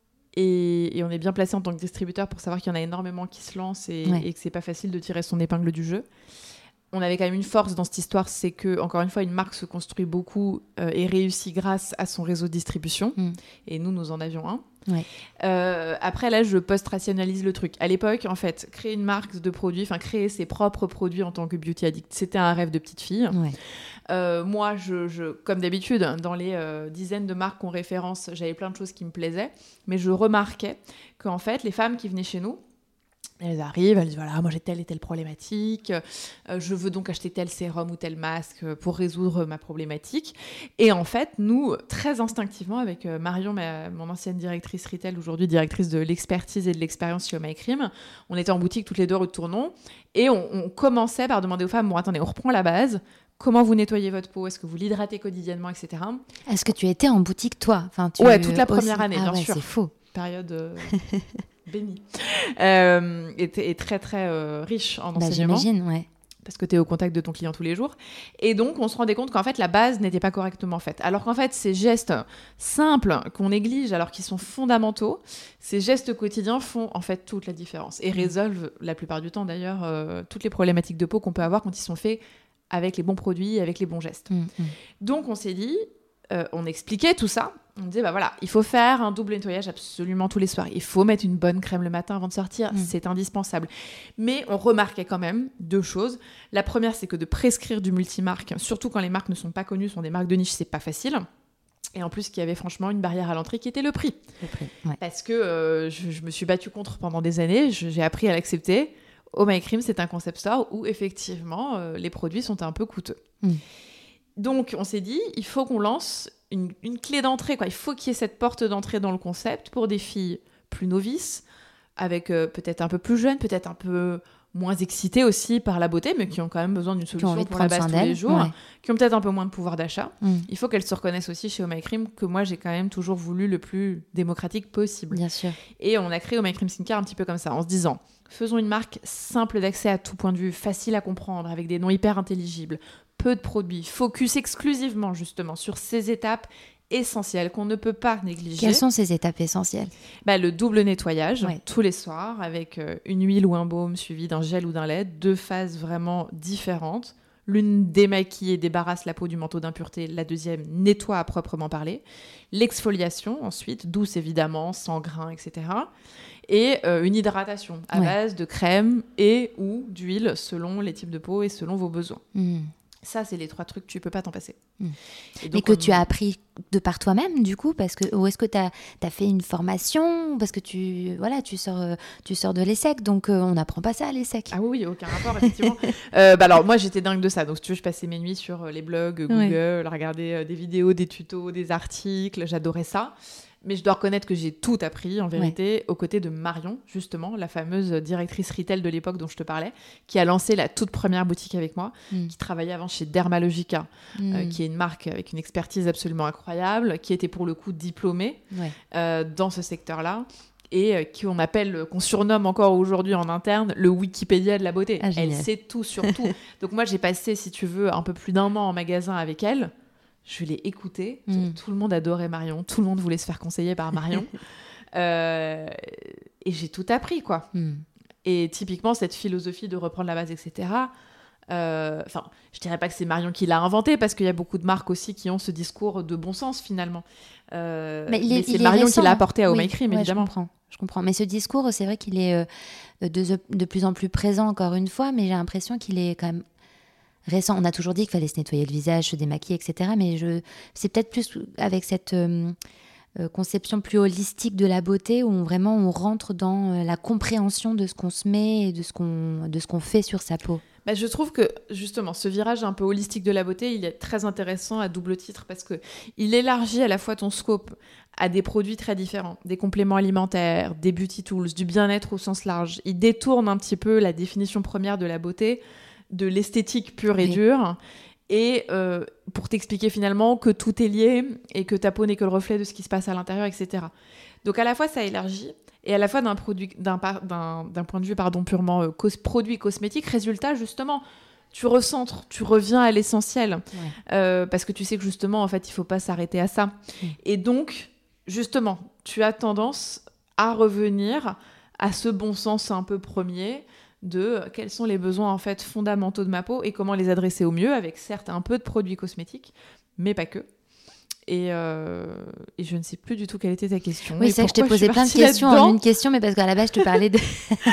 Speaker 5: Et, et on est bien placé en tant que distributeur pour savoir qu'il y en a énormément qui se lancent et, ouais. et que c'est pas facile de tirer son épingle du jeu. On avait quand même une force dans cette histoire, c'est que, encore une fois, une marque se construit beaucoup euh, et réussit grâce à son réseau de distribution. Mm. Et nous, nous en avions un. Ouais. Euh, après, là, je post-rationalise le truc. À l'époque, en fait, créer une marque de produits, enfin, créer ses propres produits en tant que beauty addict, c'était un rêve de petite fille. Ouais. Euh, moi, je, je, comme d'habitude, dans les euh, dizaines de marques qu'on référence, j'avais plein de choses qui me plaisaient, mais je remarquais qu'en fait, les femmes qui venaient chez nous, elles arrivent, elles disent voilà, moi j'ai telle et telle problématique, euh, je veux donc acheter tel sérum ou tel masque pour résoudre ma problématique. Et en fait, nous, très instinctivement, avec euh, Marion, ma, mon ancienne directrice retail, aujourd'hui directrice de l'expertise et de l'expérience chez Oh My Cream, on était en boutique toutes les deux rue de Tournon et on, on commençait par demander aux femmes bon, attendez, on reprend la base. Comment vous nettoyez votre peau? Est-ce que vous l'hydratez quotidiennement, et cetera.
Speaker 4: Est-ce que tu étais en boutique, toi? Enfin, tu...
Speaker 5: Ouais, toute la première
Speaker 4: aussi...
Speaker 5: année,
Speaker 4: ah,
Speaker 5: bien
Speaker 4: ouais,
Speaker 5: sûr.
Speaker 4: C'est faux.
Speaker 5: Période euh, bénie. Euh, et, et très, très euh, riche en
Speaker 4: bah,
Speaker 5: enseignement.
Speaker 4: J'imagine, ouais.
Speaker 5: Parce que tu es au contact de ton client tous les jours. Et donc, on se rendait compte qu'en fait, la base n'était pas correctement faite. Alors qu'en fait, ces gestes simples qu'on néglige alors qu'ils sont fondamentaux, ces gestes quotidiens font en fait toute la différence et résolvent, la plupart du temps d'ailleurs, euh, toutes les problématiques de peau qu'on peut avoir quand ils sont faits avec les bons produits, avec les bons gestes. Mmh, mmh. Donc, on s'est dit, euh, on expliquait tout ça. On disait, bah voilà, il faut faire un double nettoyage absolument tous les soirs. Il faut mettre une bonne crème le matin avant de sortir. Mmh. C'est indispensable. Mais on remarquait quand même deux choses. La première, c'est que de prescrire du multimarque, surtout quand les marques ne sont pas connues, sont des marques de niche, c'est pas facile. Et en plus, qu'il y avait franchement une barrière à l'entrée qui était le prix.
Speaker 4: Le prix, ouais.
Speaker 5: Parce que euh, je, je me suis battue contre pendant des années. Je, j'ai appris à l'accepter. Oh My Cream, c'est un concept store où effectivement euh, les produits sont un peu coûteux. Mm. Donc on s'est dit, il faut qu'on lance une, une clé d'entrée, quoi. Il faut qu'il y ait cette porte d'entrée dans le concept pour des filles plus novices, avec euh, peut-être un peu plus jeunes, peut-être un peu moins excitées aussi par la beauté, mais qui ont quand même besoin d'une solution pour la base tous les jours, ouais. qui ont peut-être un peu moins de pouvoir d'achat. Mm. Il faut qu'elles se reconnaissent aussi chez Oh My Cream, que moi j'ai quand même toujours voulu le plus démocratique possible.
Speaker 4: Bien sûr.
Speaker 5: Et on a créé Oh My Cream Skincare un petit peu comme ça, en se disant, faisons une marque simple d'accès à tout point de vue, facile à comprendre, avec des noms hyper intelligibles, peu de produits, focus exclusivement justement sur ces étapes essentielles qu'on ne peut pas négliger.
Speaker 4: Quelles sont ces étapes essentielles?
Speaker 5: Bah, le double nettoyage,
Speaker 4: ouais. tous
Speaker 5: les soirs, avec euh, une huile ou un baume suivi d'un gel ou d'un lait, deux phases vraiment différentes. L'une démaquille et débarrasse la peau du manteau d'impureté, la deuxième nettoie à proprement parler. L'exfoliation, ensuite, douce évidemment, sans grains, et cetera. Et euh, une hydratation à ouais. base de crème et ou d'huile selon les types de peau et selon vos besoins. Mmh. Ça, c'est les trois trucs, tu ne peux pas t'en passer. Mmh.
Speaker 4: Et donc, Mais que on... tu as appris de par toi-même, du coup, parce que, ou est-ce que tu as fait une formation? Parce que tu, voilà, tu, sors, tu sors de l'ESSEC, donc euh, on n'apprend pas ça à l'ESSEC.
Speaker 5: Ah oui, oui, aucun rapport, effectivement. euh, bah alors, moi, j'étais dingue de ça. Donc, si tu veux, je passais mes nuits sur les blogs, Google, ouais. regarder euh, des vidéos, des tutos, des articles. J'adorais ça. Mais je dois reconnaître que j'ai tout appris, en vérité, ouais. aux côtés de Marion, justement, la fameuse directrice retail de l'époque dont je te parlais, qui a lancé la toute première boutique avec moi, mm. qui travaillait avant chez Dermalogica, mm. euh, qui est une marque avec une expertise absolument incroyable, qui était pour le coup diplômée ouais. euh, dans ce secteur-là, et euh, qu'on appelle, qu'on surnomme encore aujourd'hui en interne, le Wikipédia de la beauté. Ah, elle sait tout sur tout. Donc moi, j'ai passé, si tu veux, un peu plus d'un an en magasin avec elle. Je l'ai écoutée. Mm. Tout, tout le monde adorait Marion. Tout le monde voulait se faire conseiller par Marion. Euh, et j'ai tout appris, quoi.
Speaker 4: Mm.
Speaker 5: Et typiquement, cette philosophie de reprendre la base, et cetera. Euh, enfin, je dirais pas que c'est Marion qui l'a inventé, parce qu'il y a beaucoup de marques aussi qui ont ce discours de bon sens, finalement. Euh,
Speaker 4: mais, il
Speaker 5: mais
Speaker 4: est,
Speaker 5: c'est
Speaker 4: il
Speaker 5: Marion
Speaker 4: récent,
Speaker 5: qui l'a apporté à Oh
Speaker 4: oui,
Speaker 5: My Cream,
Speaker 4: ouais,
Speaker 5: évidemment.
Speaker 4: Je comprends, je comprends. Mais ce discours, c'est vrai qu'il est euh, de, de plus en plus présent, encore une fois, mais j'ai l'impression qu'il est quand même récent. On a toujours dit qu'il fallait se nettoyer le visage, se démaquiller, et cetera. Mais je... c'est peut-être plus avec cette euh, euh, conception plus holistique de la beauté, où on, vraiment on rentre dans euh, la compréhension de ce qu'on se met et de ce qu'on, de ce qu'on fait sur sa peau.
Speaker 5: Bah, je trouve que, justement, ce virage un peu holistique de la beauté, il est très intéressant à double titre, parce qu'il élargit à la fois ton scope à des produits très différents, des compléments alimentaires, des beauty tools, du bien-être au sens large. Il détourne un petit peu la définition première de la beauté, de l'esthétique pure et oui. dure, et euh, pour t'expliquer finalement que tout est lié et que ta peau n'est que le reflet de ce qui se passe à l'intérieur, et cetera. Donc à la fois, ça élargit, et à la fois d'un, produit, d'un, d'un, d'un point de vue pardon, purement euh, cos- produit cosmétique, résultat, justement, tu recentres, tu reviens à l'essentiel, ouais. euh, parce que tu sais que justement, en fait, il ne faut pas s'arrêter à ça. Mmh. Et donc, justement, tu as tendance à revenir à ce bon sens un peu premier de quels sont les besoins en fait fondamentaux de ma peau et comment les adresser au mieux, avec certes un peu de produits cosmétiques, mais pas que. Et, euh, et je ne sais plus du tout quelle était ta question.
Speaker 4: Oui, c'est vrai que je t'ai posé plein de questions là-dedans. En une question, mais parce qu'à la base, je te parlais de...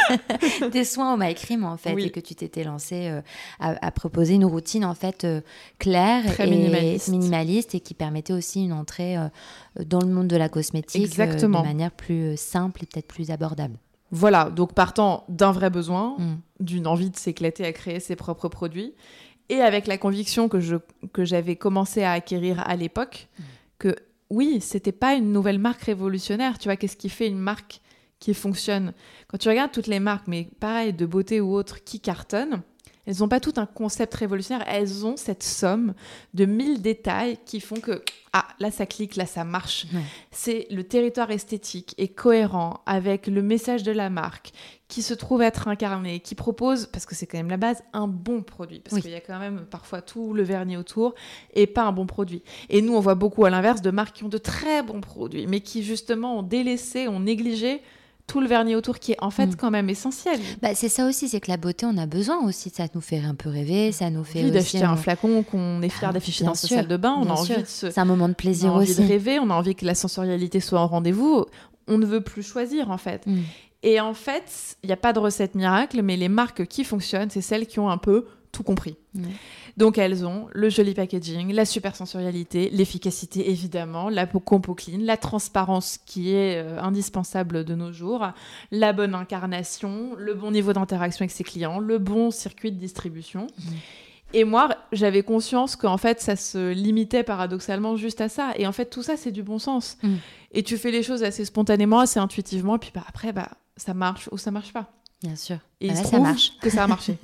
Speaker 4: des soins au My Cream, en fait, oui. et que tu t'étais lancée euh, à, à proposer une routine, en fait, euh, claire
Speaker 5: Très
Speaker 4: et
Speaker 5: minimaliste.
Speaker 4: minimaliste et qui permettait aussi une entrée euh, dans le monde de la cosmétique euh, de manière plus simple et peut-être plus abordable.
Speaker 5: Voilà, donc partant d'un vrai besoin,
Speaker 4: mm.
Speaker 5: d'une envie de s'éclater à créer ses propres produits, et avec la conviction que, je, que j'avais commencé à acquérir à l'époque, mmh. que oui, c'était pas une nouvelle marque révolutionnaire. Tu vois, qu'est-ce qui fait une marque qui fonctionne ? Quand tu regardes toutes les marques, mais pareil, de beauté ou autres, qui cartonnent, elles n'ont pas tout un concept révolutionnaire. Elles ont cette somme de mille détails qui font que, ah, là ça clique, là ça marche.
Speaker 4: Ouais.
Speaker 5: C'est le territoire esthétique est cohérent avec le message de la marque, qui se trouve être incarné, qui propose, parce que c'est quand même la base, un bon produit. Parce oui. qu'il y a quand même parfois tout le vernis autour et pas un bon produit. Et nous, on voit beaucoup à l'inverse de marques qui ont de très bons produits, mais qui justement ont délaissé, ont négligé tout le vernis autour, qui est en fait mmh. quand même essentiel.
Speaker 4: Bah, c'est ça aussi, c'est que la beauté, on a besoin aussi. Ça nous fait un peu rêver, ça nous fait
Speaker 5: envie
Speaker 4: aussi...
Speaker 5: d'acheter un, un flacon qu'on est fier ah, d'afficher dans sûr, sa salle de bain. On a envie de se...
Speaker 4: C'est un moment de plaisir
Speaker 5: on a envie
Speaker 4: aussi.
Speaker 5: de rêver, on a envie que la sensorialité soit en rendez-vous. On ne veut plus choisir, en fait. Mmh. Et en fait, il n'y a pas de recette miracle, mais les marques qui fonctionnent, c'est celles qui ont un peu tout compris. Mmh. Donc, elles ont le joli packaging, la super sensorialité, l'efficacité, évidemment, la compo clean, la transparence qui est euh, indispensable de nos jours, la bonne incarnation, le bon niveau d'interaction avec ses clients, le bon circuit de distribution. Mmh. Et moi, j'avais conscience qu'en fait, ça se limitait paradoxalement juste à ça. Et en fait, tout ça, c'est du bon sens. Mmh. Et tu fais les choses assez spontanément, assez intuitivement, et puis bah, après, bah, ça marche ou ça marche pas.
Speaker 4: Bien sûr.
Speaker 5: Et
Speaker 4: bah
Speaker 5: il
Speaker 4: là,
Speaker 5: se
Speaker 4: ça marche.
Speaker 5: que ça a marché.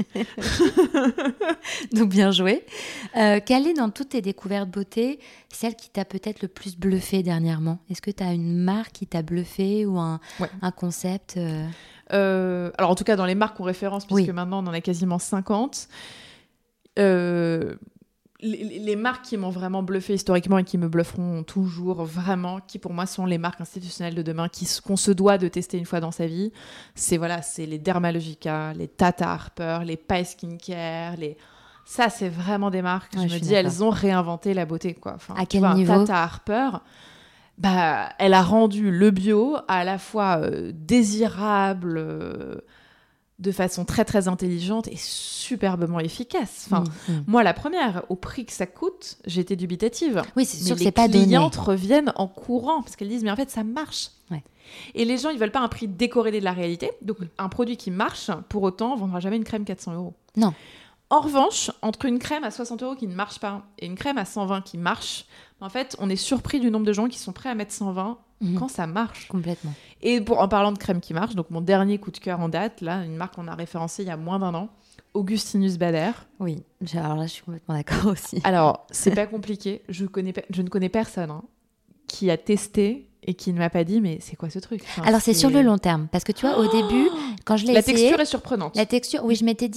Speaker 4: Donc, bien joué. Euh, quelle est dans toutes tes découvertes beauté celle qui t'a peut-être le plus bluffé dernièrement ? Est-ce que tu as une marque qui t'a bluffé ou un, ouais. un concept euh...
Speaker 5: Euh, alors, en tout cas, dans les marques qu'on référence, puisque oui. maintenant, on en a quasiment cinquante. Euh, les, les marques qui m'ont vraiment bluffé historiquement et qui me blufferont toujours vraiment, qui pour moi sont les marques institutionnelles de demain, qui, qu'on se doit de tester une fois dans sa vie, c'est, voilà, c'est les Dermalogica, les Tata Harper, les Pai Skincare, les... ça c'est vraiment des marques, ouais, je me dis, d'accord. Elles ont réinventé la beauté, quoi. Enfin,
Speaker 4: à quel
Speaker 5: vois,
Speaker 4: niveau ?
Speaker 5: Tata Harper, bah, elle a rendu le bio à la fois euh, désirable, euh, de façon très très intelligente et superbement efficace. Enfin, mmh, mmh. Moi, la première, au prix que ça coûte, j'étais dubitative.
Speaker 4: Oui, c'est sûr
Speaker 5: mais
Speaker 4: que c'est pas donné.
Speaker 5: Les clientes reviennent en courant parce qu'elles disent, mais en fait, ça marche.
Speaker 4: Ouais.
Speaker 5: Et les gens, ils veulent pas un prix décorrélé de la réalité. Donc, un produit qui marche, pour autant, on vendra jamais une crème quatre cents euros.
Speaker 4: Non.
Speaker 5: En revanche, entre une crème à soixante euros qui ne marche pas et une crème à cent vingt qui marche, en fait, on est surpris du nombre de gens qui sont prêts à mettre cent vingt mmh. quand ça marche.
Speaker 4: Complètement.
Speaker 5: Et pour, en parlant de crème qui marche, donc mon dernier coup de cœur en date, là, une marque qu'on a référencée il y a moins d'un an, Augustinus Bader.
Speaker 4: Oui, alors là, je suis complètement d'accord aussi.
Speaker 5: Alors, c'est pas compliqué. Je, connais, je ne connais personne hein, qui a testé et qui ne m'a pas dit, mais c'est quoi ce truc ? Enfin,
Speaker 4: alors, c'est... c'est sur le long terme. Parce que tu vois, au oh début, quand je l'ai
Speaker 5: la
Speaker 4: essayé...
Speaker 5: La texture est surprenante.
Speaker 4: La texture, oui, je m'étais dit...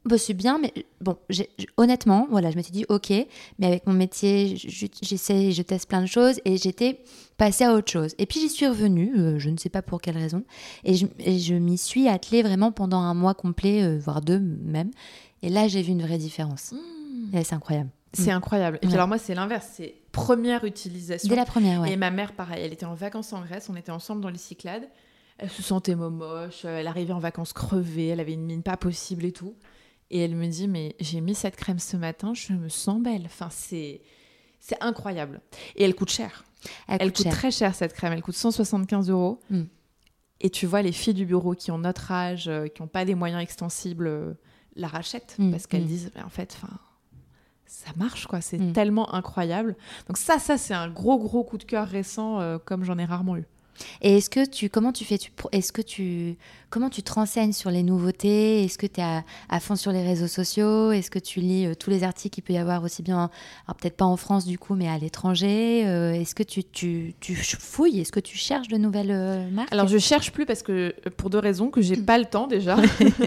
Speaker 4: Bah, c'est bien, mais bon, j'ai, honnêtement, voilà, je m'étais dit ok, mais avec mon métier, je, j'essaie, je teste plein de choses et j'étais passée à autre chose. Et puis j'y suis revenue, euh, je ne sais pas pour quelle raison, et je, et je m'y suis attelée vraiment pendant un mois complet, euh, voire deux même. Et là, j'ai vu une vraie différence. Mmh. Et c'est incroyable.
Speaker 5: C'est
Speaker 4: mmh.
Speaker 5: incroyable. Et puis
Speaker 4: ouais.
Speaker 5: alors moi, c'est l'inverse, c'est première utilisation.
Speaker 4: Dès la première, ouais.
Speaker 5: Et ma mère, pareil, elle était en vacances en Grèce, on était ensemble dans les Cyclades. Elle se sentait moche, elle arrivait en vacances crevée, elle avait une mine pas possible et tout. Et elle me dit, mais j'ai mis cette crème ce matin, je me sens belle. Enfin, c'est, c'est incroyable. Et elle coûte cher. Elle, elle coûte, coûte cher. très cher, cette crème. Elle coûte cent soixante-quinze euros. Mm. Et tu vois, les filles du bureau qui ont notre âge, euh, qui n'ont pas des moyens extensibles, euh, la rachètent. Mm. Parce qu'elles mm. disent, mais en fait, ça marche, quoi. C'est mm. tellement incroyable. Donc ça, ça, c'est un gros, gros coup de cœur récent, euh, comme j'en ai rarement eu.
Speaker 4: Et est-ce que tu, comment tu fais, tu, est-ce que tu, comment tu te renseignes sur les nouveautés ? Est-ce que tu es à, à fond sur les réseaux sociaux ? Est-ce que tu lis euh, tous les articles qu'il peut y avoir aussi bien, alors peut-être pas en France du coup, mais à l'étranger ? euh, Est-ce que tu, tu, tu fouilles ? Est-ce que tu cherches de nouvelles euh, marques ?
Speaker 5: Alors je cherche plus parce que pour deux raisons, que j'ai pas le temps déjà.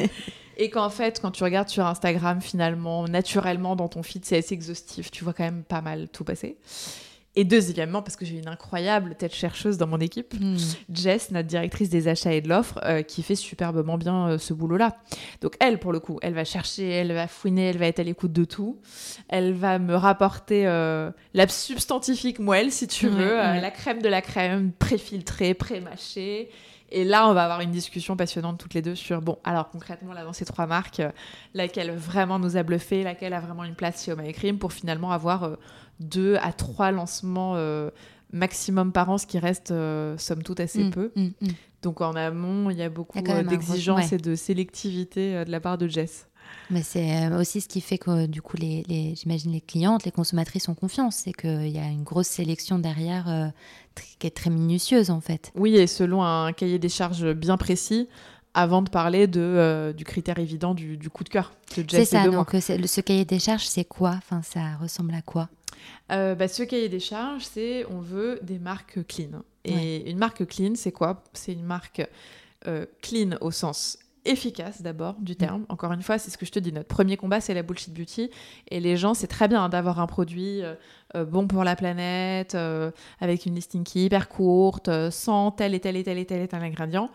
Speaker 5: Et qu'en fait, quand tu regardes sur Instagram, finalement, naturellement dans ton feed, c'est assez exhaustif. Tu vois quand même pas mal tout passer. Et deuxièmement, parce que j'ai une incroyable tête chercheuse dans mon équipe, mmh. Jess, notre directrice des achats et de l'offre, euh, qui fait superbement bien euh, ce boulot-là. Donc elle, pour le coup, elle va chercher, elle va fouiner, elle va être à l'écoute de tout. Elle va me rapporter euh, la substantifique moelle, si tu veux, mmh, euh, mmh. la crème de la crème, pré-filtrée, pré-mâchée. Et là, on va avoir une discussion passionnante toutes les deux sur, bon, alors concrètement, là, dans ces trois marques, euh, laquelle vraiment nous a bluffé, laquelle a vraiment une place chez Oh My Cream, pour finalement avoir euh, deux à trois lancements euh, maximum par an, ce qui reste, euh, somme toute, assez mmh, peu. Mmh, mmh. Donc en amont, il y a beaucoup y a euh, d'exigences ouais. et de sélectivité euh, de la part de Jess.
Speaker 4: Mais c'est aussi ce qui fait que du coup, les, les, j'imagine les clientes, les consommatrices ont confiance. C'est qu'il y a une grosse sélection derrière euh, tr- qui est très minutieuse en fait.
Speaker 5: Oui, et selon un cahier des charges bien précis, avant de parler de, euh, du critère évident du, du coup de cœur de Jess.
Speaker 4: C'est ça,
Speaker 5: et de
Speaker 4: donc
Speaker 5: moi.
Speaker 4: C'est, ce cahier des charges, c'est quoi ? Enfin, ça ressemble à quoi ?
Speaker 5: euh, bah, Ce cahier des charges, c'est on veut des marques clean. Et ouais. une marque clean, c'est quoi ? C'est une marque euh, clean au sens efficace d'abord du terme. Mmh. Encore une fois, c'est ce que je te dis, notre premier combat, c'est la bullshit beauty. Et les gens, c'est très bien hein, d'avoir un produit euh, euh, bon pour la planète, euh, avec une listing qui est hyper courte, euh, sans tel et tel et tel et tel et tel ingrédient.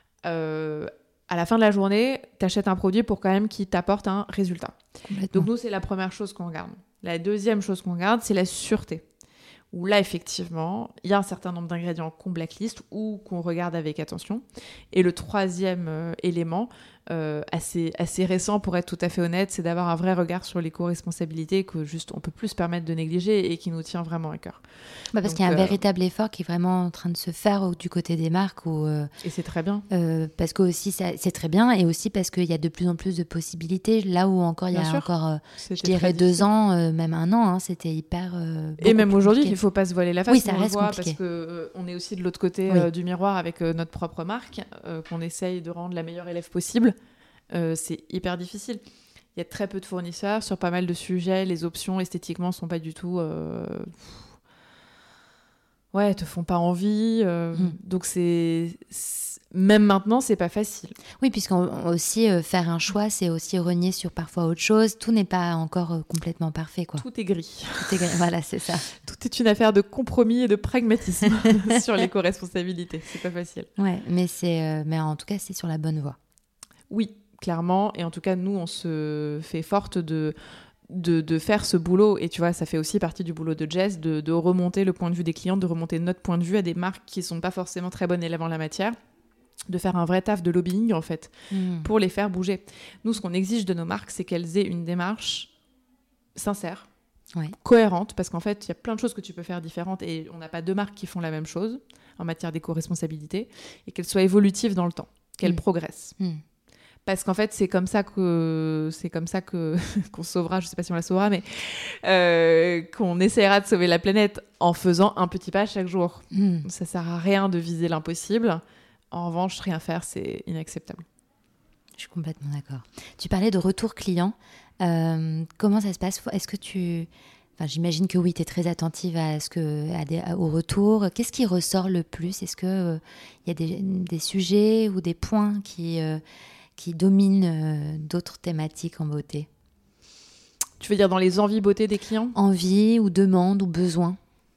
Speaker 5: Euh, à la fin de la journée, tu achètes un produit pour quand même qu'il t'apporte un résultat. Donc nous, c'est la première chose qu'on regarde. La deuxième chose qu'on regarde, c'est la sûreté. Où là, effectivement, il y a un certain nombre d'ingrédients qu'on blacklist ou qu'on regarde avec attention. Et le troisième euh, élément, euh, assez, assez récent pour être tout à fait honnête, c'est d'avoir un vrai regard sur l'éco-responsabilité que juste on peut plus se permettre de négliger et qui nous tient vraiment à cœur.
Speaker 4: Bah parce Donc, qu'il y a un euh... véritable effort qui est vraiment en train de se faire du côté des marques. Où, euh,
Speaker 5: et c'est très bien.
Speaker 4: Euh, parce que aussi, ça, c'est très bien et aussi parce qu'il y a de plus en plus de possibilités. Là où encore il y a sûr. encore, euh, je dirais deux ans, euh, même un an, hein, c'était hyper... Euh,
Speaker 5: et même aujourd'hui, il ne faut pas se voiler la face.
Speaker 4: Oui, ça reste
Speaker 5: voit
Speaker 4: compliqué.
Speaker 5: Parce qu'on euh, est aussi de l'autre côté oui. euh, du miroir avec euh, notre propre marque, euh, qu'on essaye de rendre la meilleure élève possible. Euh, c'est hyper difficile. Il y a très peu de fournisseurs sur pas mal de sujets. Les options esthétiquement sont pas du tout... Euh... Ouais, te font pas envie. Euh... Mm. Donc c'est... c'est... Même maintenant, c'est pas facile.
Speaker 4: Oui, puisqu'on aussi euh, faire un choix, c'est aussi renier sur parfois autre chose. Tout n'est pas encore euh, complètement parfait, quoi.
Speaker 5: Tout est gris.
Speaker 4: Tout est gris. Voilà, c'est ça.
Speaker 5: Tout est une affaire de compromis et de pragmatisme sur l'éco-responsabilité. C'est pas facile.
Speaker 4: Ouais, mais c'est, euh, mais en tout cas, c'est sur la bonne voie.
Speaker 5: Oui, clairement. Et en tout cas, nous, on se fait forte de De, de faire ce boulot, et tu vois, ça fait aussi partie du boulot de Jess, de, de remonter le point de vue des clients, de remonter notre point de vue à des marques qui sont pas forcément très bonnes élèves en la matière, de faire un vrai taf de lobbying, en fait, mmh. pour les faire bouger. Nous, ce qu'on exige de nos marques, c'est qu'elles aient une démarche sincère,
Speaker 4: ouais.
Speaker 5: cohérente, parce qu'en fait, il y a plein de choses que tu peux faire différentes, et on n'a pas deux marques qui font la même chose en matière d'éco-responsabilité, et qu'elles soient évolutives dans le temps, qu'elles mmh. progressent. Mmh. Parce qu'en fait, c'est comme ça que c'est comme ça que qu'on sauvera. Je sais pas si on la sauvera, mais euh, qu'on essaiera de sauver la planète en faisant un petit pas chaque jour. Mm. Ça sert à rien de viser l'impossible. En revanche, rien faire, c'est inacceptable.
Speaker 4: Je suis complètement d'accord. Tu parlais de retour client. Euh, comment ça se passe ? Est-ce que tu Enfin, j'imagine que oui, tu es très attentive à ce que, à des, à, au retour. Qu'est-ce qui ressort le plus ? Est-ce qu'il euh, y a des, des sujets ou des points qui, euh, qui domine euh, d'autres thématiques en beauté?
Speaker 5: Tu veux dire dans les envies beauté des clients?
Speaker 4: Envie ou demande ou besoin?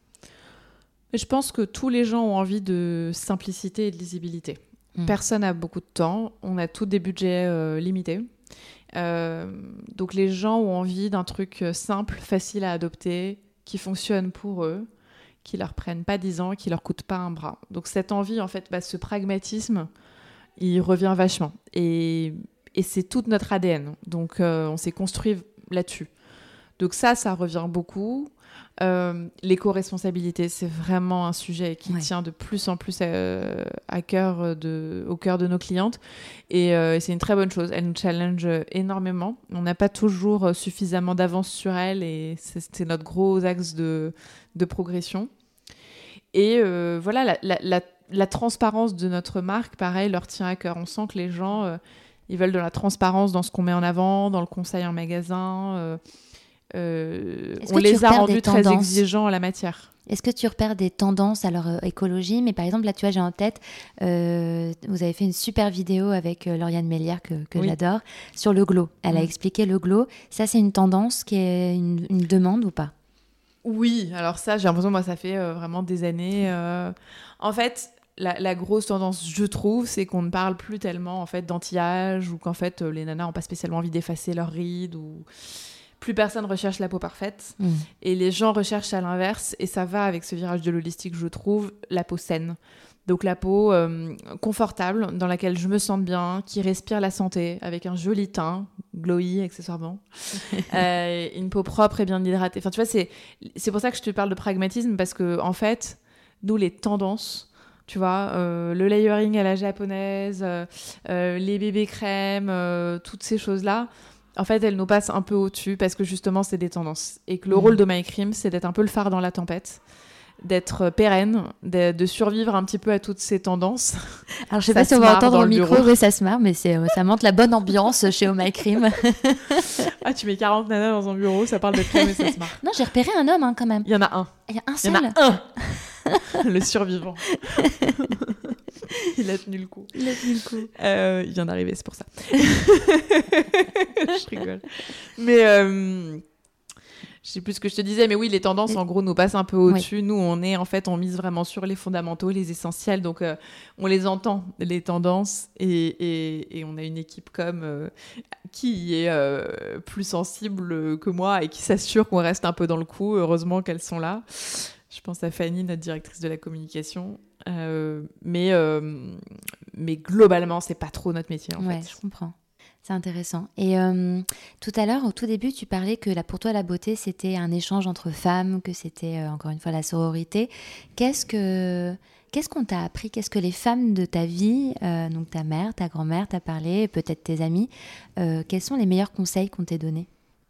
Speaker 5: Je pense que tous les gens ont envie de simplicité et de lisibilité. Mmh. Personne n'a beaucoup de temps. On a tous des budgets euh, limités. Euh, donc les gens ont envie d'un truc simple, facile à adopter, qui fonctionne pour eux, qui leur prenne pas dix ans, qui leur coûte pas un bras. Donc cette envie, en fait, bah, ce pragmatisme, il revient vachement. Et, et c'est tout notre A D N. Donc euh, on s'est construit là-dessus. Donc ça, ça revient beaucoup. Euh, l'éco-responsabilité, c'est vraiment un sujet qui ouais. tient de plus en plus à, à cœur de, au cœur de nos clientes et, euh, et c'est une très bonne chose. Elle nous challenge énormément. On n'a pas toujours suffisamment d'avance sur elle et c'est, c'est notre gros axe de, de progression. Et euh, voilà, la, la, la, la transparence de notre marque, pareil, leur tient à cœur. On sent que les gens, euh, ils veulent de la transparence dans ce qu'on met en avant, dans le conseil en magasin. Euh, Euh, on les a rendus très exigeants en la matière.
Speaker 4: Est-ce que tu repères des tendances à leur euh, écologie? Mais par exemple, là, tu vois, j'ai en tête, euh, vous avez fait une super vidéo avec euh, Lauriane Mélière, que, que oui. j'adore, sur le glow. Elle mmh. a expliqué le glow. Ça, c'est une tendance qui est une, une demande ou pas?
Speaker 5: Oui, alors ça, j'ai l'impression, moi, ça fait euh, vraiment des années. Euh... En fait... La, la grosse tendance, je trouve, c'est qu'on ne parle plus tellement en fait, d'anti-âge ou qu'en fait, les nanas n'ont pas spécialement envie d'effacer leurs rides ou... Plus personne recherche la peau parfaite mmh. et les gens recherchent à l'inverse et ça va avec ce virage de l'holistique, je trouve, la peau saine. Donc la peau euh, confortable, dans laquelle je me sens bien, qui respire la santé, avec un joli teint, glowy accessoirement, euh, une peau propre et bien hydratée. Enfin, tu vois, c'est, c'est pour ça que je te parle de pragmatisme parce que en fait, nous, les tendances... Tu vois, euh, le layering à la japonaise, euh, euh, les bébés crèmes, euh, toutes ces choses-là, en fait, elles nous passent un peu au-dessus parce que justement, c'est des tendances. Et que le mmh. rôle de My Cream, c'est d'être un peu le phare dans la tempête, d'être pérenne, de, de survivre un petit peu à toutes ces tendances.
Speaker 4: Alors, je sais ça pas si on va entendre au micro, oui, ça se marre, mais c'est, ça montre la bonne ambiance chez Oh My Cream.
Speaker 5: Ah, tu mets quarante nanas dans un bureau, ça parle de crème et ça se marre.
Speaker 4: Non, j'ai repéré un homme hein, quand même.
Speaker 5: Il y en a un.
Speaker 4: Il y a un seul.
Speaker 5: Il y en a un. Le survivant. Il a tenu le coup.
Speaker 4: Il a tenu le coup.
Speaker 5: Euh, il vient d'arriver, c'est pour ça. Je rigole. Mais euh, je sais plus ce que je te disais, mais oui, les tendances, mais... en gros, nous passent un peu au-dessus. Oui. Nous, on est, en fait, on mise vraiment sur les fondamentaux, les essentiels. Donc, euh, on les entend, les tendances. Et, et, et on a une équipe comme euh, qui est euh, plus sensible que moi et qui s'assure qu'on reste un peu dans le coup. Heureusement qu'elles sont là. Je pense à Fanny, notre directrice de la communication. Euh, mais, euh, mais globalement, c'est pas trop notre métier, en
Speaker 4: ouais,
Speaker 5: fait.
Speaker 4: Je comprends. C'est intéressant. Et euh, tout à l'heure, au tout début, tu parlais que là, pour toi, la beauté, c'était un échange entre femmes, que c'était, euh, encore une fois, la sororité. Qu'est-ce, que, qu'est-ce qu'on t'a appris? Qu'est-ce que les femmes de ta vie, euh, donc ta mère, ta grand-mère, t'a parlé, peut-être tes amis, euh, quels sont les meilleurs conseils qu'on t'ait donnés?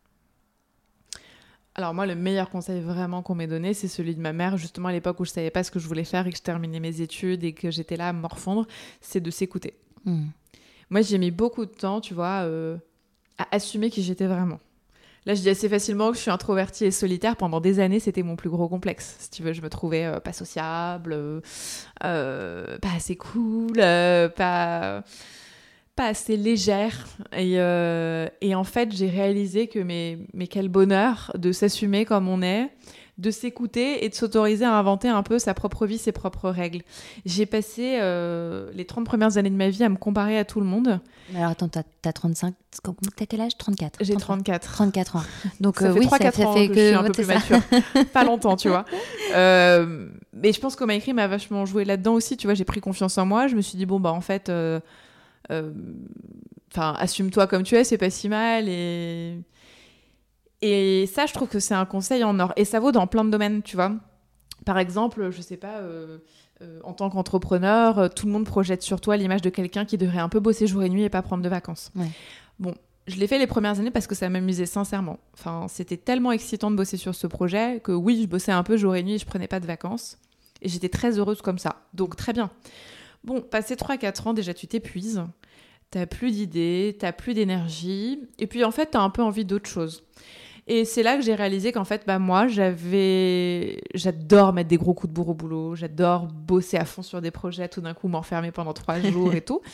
Speaker 5: Alors moi, le meilleur conseil vraiment qu'on m'ait donné, c'est celui de ma mère, justement à l'époque où je savais pas ce que je voulais faire et que je terminais mes études et que j'étais là à me morfondre, c'est de s'écouter. Mmh. Moi, j'ai mis beaucoup de temps, tu vois, euh, à assumer qui j'étais vraiment. Là, je dis assez facilement que je suis introvertie et solitaire. Pendant des années, c'était mon plus gros complexe. Si tu veux, je me trouvais euh, pas sociable, euh, euh, pas assez cool, euh, pas... pas assez légère et, euh, et en fait j'ai réalisé que mais, mais quel bonheur de s'assumer comme on est, de s'écouter et de s'autoriser à inventer un peu sa propre vie, ses propres règles. J'ai passé euh, les trente premières années de ma vie à me comparer à tout le monde.
Speaker 4: Alors attends, t'as, t'as trente-cinq, t'as quel âge? trente-quatre.
Speaker 5: J'ai trente-quatre.
Speaker 4: trente-quatre ans. Donc
Speaker 5: ça
Speaker 4: euh,
Speaker 5: fait
Speaker 4: oui,
Speaker 5: trois quatre ans que, que je suis un peu
Speaker 4: plus
Speaker 5: ça. mature. Pas longtemps, tu vois. Euh, mais je pense que My Cream a vachement joué là-dedans aussi, tu vois, j'ai pris confiance en moi, je me suis dit bon bah en fait... Euh, enfin, euh, assume-toi comme tu es, c'est pas si mal. Et... et ça, je trouve que c'est un conseil en or. Et ça vaut dans plein de domaines, tu vois. Par exemple, je sais pas, euh, euh, en tant qu'entrepreneur, euh, tout le monde projette sur toi l'image de quelqu'un qui devrait un peu bosser jour et nuit et pas prendre de vacances. Ouais. Bon, je l'ai fait les premières années parce que ça m'amusait sincèrement. Enfin, c'était tellement excitant de bosser sur ce projet que oui, je bossais un peu jour et nuit et je prenais pas de vacances. Et j'étais très heureuse comme ça. Donc, très bien. Bon, passé trois à quatre ans, déjà, tu t'épuises. T'as plus d'idées, t'as plus d'énergie. Et puis, en fait, t'as un peu envie d'autre chose. Et c'est là que j'ai réalisé qu'en fait, bah, moi, j'avais... j'adore mettre des gros coups de bourre au boulot. J'adore bosser à fond sur des projets, tout d'un coup, m'enfermer pendant trois jours et tout.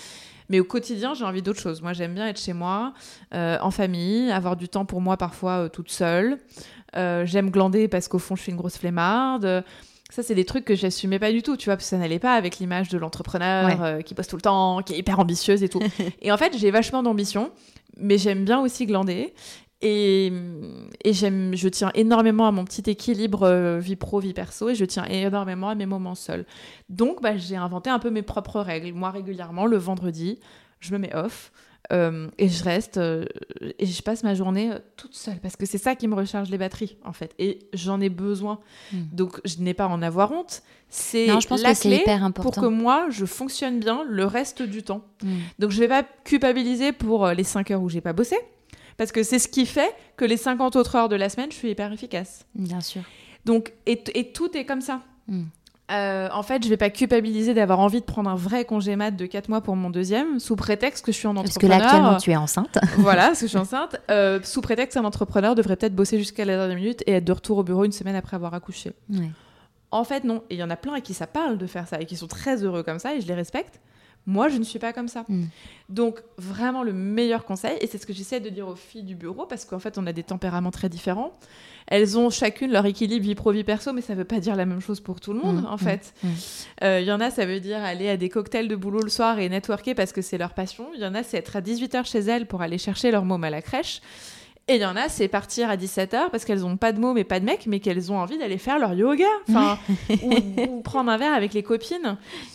Speaker 5: Mais au quotidien, j'ai envie d'autre chose. Moi, j'aime bien être chez moi, euh, en famille, avoir du temps pour moi parfois euh, toute seule. Euh, j'aime glander parce qu'au fond, je suis une grosse flemmarde. Ça, c'est des trucs que j'assumais pas du tout, tu vois, parce que ça n'allait pas avec l'image de l'entrepreneur ouais. euh, qui bosse tout le temps, qui est hyper ambitieuse et tout. Et en fait, j'ai vachement d'ambition, mais j'aime bien aussi glander. Et, et j'aime, je tiens énormément à mon petit équilibre euh, vie pro, vie perso, et je tiens énormément à mes moments seuls. Donc, bah, j'ai inventé un peu mes propres règles. Moi, régulièrement, le vendredi, je me mets off euh, et je reste euh, et je passe ma journée euh, toute seule parce que c'est ça qui me recharge les batteries, en fait. Et j'en ai besoin. Mmh. Donc, je n'ai pas à en avoir honte. C'est
Speaker 4: non, je pense
Speaker 5: la
Speaker 4: que
Speaker 5: clé
Speaker 4: c'est hyper important.
Speaker 5: Pour que moi, je fonctionne bien le reste du temps. Mmh. Donc, je ne vais pas culpabiliser pour les cinq heures où je n'ai pas bossé. Parce que c'est ce qui fait que les cinquante autres heures de la semaine, je suis hyper efficace.
Speaker 4: Bien sûr.
Speaker 5: Donc, et, et tout est comme ça.
Speaker 4: Mm.
Speaker 5: Euh, en fait, je ne vais pas culpabiliser d'avoir envie de prendre un vrai congé mat de quatre mois pour mon deuxième, sous prétexte que je suis un entrepreneur.
Speaker 4: Parce que là, actuellement, tu es enceinte.
Speaker 5: Voilà, parce que je suis enceinte. Euh, sous prétexte qu'un entrepreneur devrait peut-être bosser jusqu'à la dernière minute et être de retour au bureau une semaine après avoir accouché.
Speaker 4: Ouais.
Speaker 5: En fait, non. Et il y en a plein à qui ça parle de faire ça et qui sont très heureux comme ça et je les respecte. Moi, je ne suis pas comme ça. Mm. Donc, vraiment, le meilleur conseil, et c'est ce que j'essaie de dire aux filles du bureau, parce qu'en fait, on a des tempéraments très différents. Elles ont chacune leur équilibre vie pro, vie perso, mais ça ne veut pas dire la même chose pour tout le monde, mm. en fait. Il mm. euh, y en a, ça veut dire aller à des cocktails de boulot le soir et networker parce que c'est leur passion. Il y en a, c'est être à dix-huit heures chez elles pour aller chercher leur môme à la crèche. Et il y en a, c'est partir à dix-sept heures parce qu'elles n'ont pas de môme et pas de mec, mais qu'elles ont envie d'aller faire leur yoga, enfin, ou, ou prendre un verre avec les copines.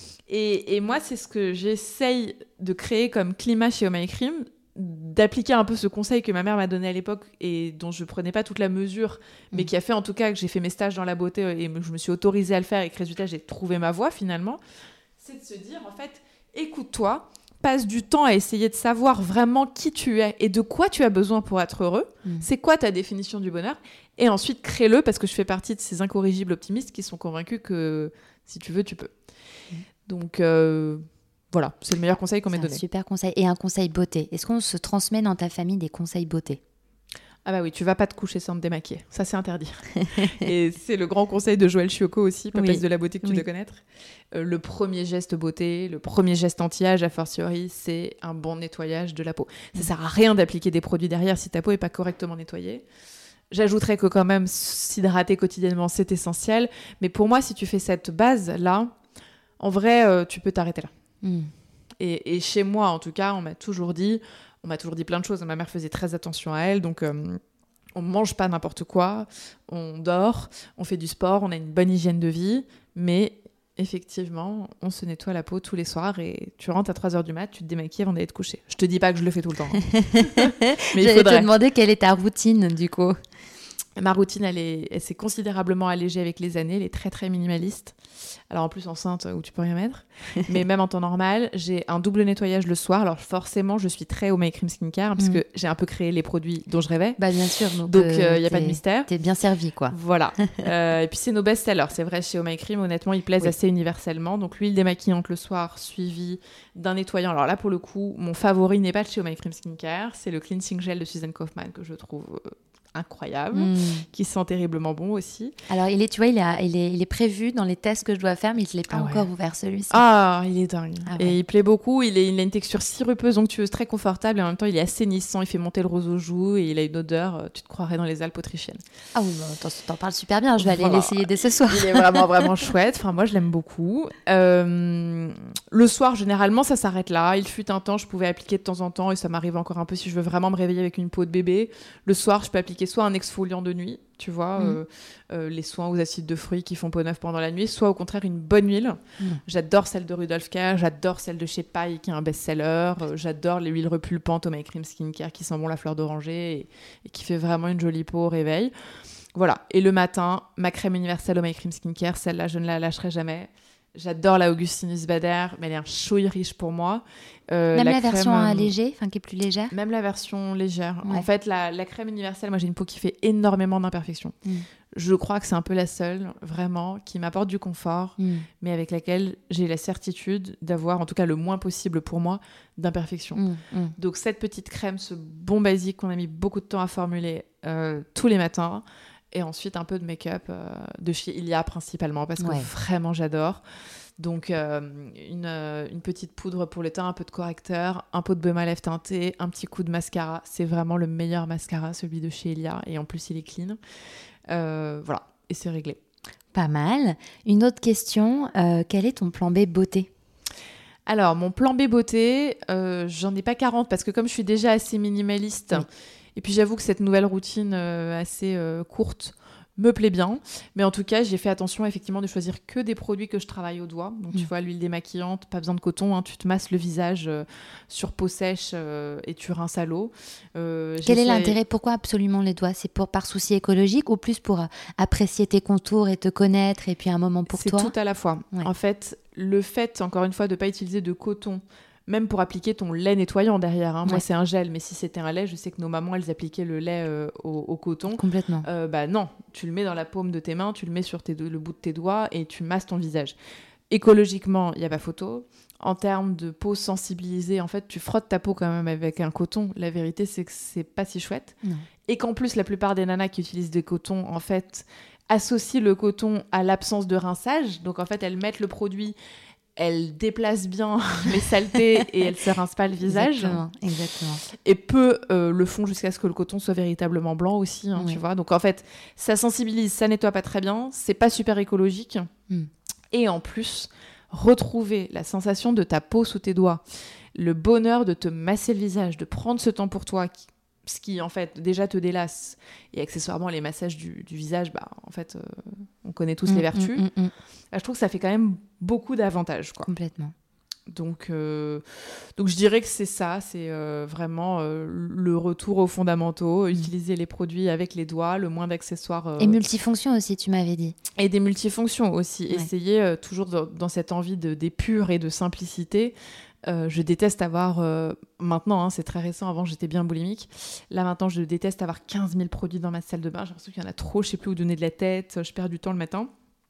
Speaker 5: Et, et moi, c'est ce que j'essaye de créer comme climat chez Oh My Cream, d'appliquer un peu ce conseil que ma mère m'a donné à l'époque et dont je prenais pas toute la mesure, mais mmh. qui a fait en tout cas que j'ai fait mes stages dans la beauté et je me suis autorisée à le faire et que résultat, j'ai trouvé ma voie finalement. C'est de se dire, en fait, écoute-toi, passe du temps à essayer de savoir vraiment qui tu es et de quoi tu as besoin pour être heureux. Mmh. C'est quoi ta définition du bonheur ? Et ensuite, crée-le parce que je fais partie de ces incorrigibles optimistes qui sont convaincus que si tu veux, tu peux. Mmh. Donc euh, voilà, c'est le meilleur conseil qu'on m'ait donné.
Speaker 4: C'est un super conseil. Et un conseil beauté. Est-ce qu'on se transmet dans ta famille des conseils beauté ?
Speaker 5: Ah bah oui, tu vas pas te coucher sans te démaquiller. Ça, c'est interdit. Et c'est le grand conseil de Joël Chiocco aussi, papesse oui. de la beauté que tu oui. dois connaître. Euh, le premier geste beauté, le premier geste anti-âge, a fortiori, c'est un bon nettoyage de la peau. Ça sert à rien d'appliquer des produits derrière si ta peau est pas correctement nettoyée. J'ajouterais que quand même, s'hydrater quotidiennement, c'est essentiel. Mais pour moi, si tu fais cette base-là, en vrai, euh, tu peux t'arrêter là. Mm. Et, et chez moi, en tout cas, on m'a toujours dit, on m'a toujours dit plein de choses. Ma mère faisait très attention à elle, donc euh, on mange pas n'importe quoi, on dort, on fait du sport, on a une bonne hygiène de vie, mais effectivement, on se nettoie la peau tous les soirs et tu rentres à trois heures du mat, tu te démaquilles avant d'aller te coucher. Je te dis pas que je le fais tout le temps. Hein. Mais
Speaker 4: j'allais te demander quelle est ta routine, du coup.
Speaker 5: Ma routine, elle, est, elle s'est considérablement allégée avec les années. Elle est très, très minimaliste. Alors, en plus, enceinte, où tu peux rien mettre. Mais même en temps normal, j'ai un double nettoyage le soir. Alors, forcément, je suis très Oh My Cream Skincare parce mmh. que j'ai un peu créé les produits dont je rêvais.
Speaker 4: Bah, bien sûr.
Speaker 5: Donc, il euh, n'y a pas de mystère.
Speaker 4: T'es bien servie, quoi.
Speaker 5: Voilà. euh, et puis, c'est nos best-sellers. C'est vrai, chez Oh My Cream, honnêtement, ils plaisent oui. assez universellement. Donc, l'huile démaquillante le soir, suivie d'un nettoyant. Alors là, pour le coup, mon favori n'est pas de chez Oh My Cream Skincare. C'est le Cleansing Gel de Susan Kaufman que je trouve... Euh, incroyable, mmh. qui sent terriblement bon aussi.
Speaker 4: Alors, il est, tu vois, il, a, il, est, il est prévu dans les tests que je dois faire, mais je ne l'ai pas ah encore ouais. ouvert, celui-ci.
Speaker 5: Ah, il est dingue. Ah ouais. Et il plaît beaucoup. Il, est, il a une texture sirupeuse, onctueuse, très confortable, et en même temps, il est assainissant, il fait monter le rose aux joues, et il a une odeur, tu te croirais dans les Alpes autrichiennes.
Speaker 4: Ah oui, bah, t'en, t'en parles super bien, je vais voilà. aller l'essayer dès ce soir.
Speaker 5: Il est vraiment, vraiment chouette. Enfin, moi, je l'aime beaucoup. Euh, le soir, généralement, ça s'arrête là. Il fut un temps, je pouvais appliquer de temps en temps, et ça m'arrive encore un peu si je veux vraiment me réveiller avec une peau de bébé. Le soir, je peux appliquer soit un exfoliant de nuit, tu vois, mmh. euh, euh, les soins aux acides de fruits qui font peau neuve pendant la nuit, soit au contraire une bonne huile. Mmh. J'adore celle de Rudolph Kerr, j'adore celle de chez Paille qui est un best-seller, euh, j'adore les huiles repulpantes Oh My Cream Skincare qui sent bon la fleur d'oranger et, et qui fait vraiment une jolie peau au réveil. Voilà, et le matin, ma crème universelle Oh My Cream Skincare, celle-là, je ne la lâcherai jamais. J'adore la Augustinus Bader, mais elle est un chouille riche pour moi.
Speaker 4: Euh, même la, la crème, version allégée, enfin qui est plus légère.
Speaker 5: Même la version légère. Ouais. En fait, la, la crème universelle, moi j'ai une peau qui fait énormément d'imperfections. Mm. Je crois que c'est un peu la seule, vraiment, qui m'apporte du confort, mm. mais avec laquelle j'ai la certitude d'avoir, en tout cas le moins possible pour moi, d'imperfections. Mm. Mm. Donc cette petite crème, ce bon basique qu'on a mis beaucoup de temps à formuler euh, tous les matins, et ensuite un peu de make-up euh, de chez Ilia principalement, parce que ouais. vraiment j'adore. Donc, euh, une, euh, une petite poudre pour le teint, un peu de correcteur, un pot de baume à lèvres teinté, un petit coup de mascara. C'est vraiment le meilleur mascara, celui de chez Elia. Et en plus, il est clean. Euh, voilà, et c'est réglé.
Speaker 4: Pas mal. Une autre question, euh, quel est ton plan B beauté ?
Speaker 5: Alors, mon plan B beauté, euh, j'en ai pas quarante parce que comme je suis déjà assez minimaliste, oui. Et puis j'avoue que cette nouvelle routine euh, assez euh, courte me plaît bien. Mais en tout cas, j'ai fait attention effectivement de choisir que des produits que je travaille au doigt. Donc, mmh. tu vois, l'huile démaquillante, pas besoin de coton. Hein, tu te masses le visage euh, sur peau sèche euh, et tu rinces à l'eau. Euh,
Speaker 4: Quel est l'intérêt ? Pourquoi absolument les doigts ? C'est pour, par souci écologique ou plus pour euh, apprécier tes contours et te connaître et puis un moment pour
Speaker 5: C'est
Speaker 4: toi ?
Speaker 5: C'est tout à la fois. Ouais. En fait, le fait, encore une fois, de ne pas utiliser de coton, même pour appliquer ton lait nettoyant derrière. Hein. Ouais. Moi, c'est un gel, mais si c'était un lait, je sais que nos mamans, elles appliquaient le lait euh, au, au coton.
Speaker 4: Complètement.
Speaker 5: Euh, bah non, tu le mets dans la paume de tes mains, tu le mets sur tes do- le bout de tes doigts et tu masses ton visage. Écologiquement, il n'y a pas photo. En termes de peau sensibilisée, en fait, tu frottes ta peau quand même avec un coton. La vérité, c'est que c'est pas si chouette. Non. Et qu'en plus, la plupart des nanas qui utilisent des cotons, en fait, associent le coton à l'absence de rinçage. Donc, en fait, elles mettent le produit... Elle déplace bien les saletés et elle ne se rince pas le visage.
Speaker 4: Exactement, exactement.
Speaker 5: Et peu euh, le font jusqu'à ce que le coton soit véritablement blanc aussi, hein, oui. tu vois. Donc en fait, ça sensibilise, ça nettoie pas très bien, c'est pas super écologique. Mm. Et en plus, retrouver la sensation de ta peau sous tes doigts, le bonheur de te masser le visage, de prendre ce temps pour toi, qui, ce qui en fait déjà te délasse, et accessoirement les massages du, du visage, bah en fait, euh, on connaît tous mm, les vertus. Mm, mm, mm. Là, je trouve que ça fait quand même beaucoup d'avantages, quoi.
Speaker 4: Complètement.
Speaker 5: Donc, euh, donc je dirais que c'est ça, c'est euh, vraiment euh, le retour aux fondamentaux, mmh. utiliser les produits avec les doigts, le moins d'accessoires. Euh,
Speaker 4: et multifonctions aussi, tu m'avais dit.
Speaker 5: Et des multifonctions aussi. Ouais. Essayer euh, toujours dans, dans cette envie de, d'épure et de simplicité. Euh, je déteste avoir, euh, maintenant, hein, c'est très récent, avant j'étais bien boulimique. Là maintenant, je déteste avoir quinze mille produits dans ma salle de bain. J'ai l'impression qu'il y en a trop, je ne sais plus où donner de la tête, je perds du temps le matin.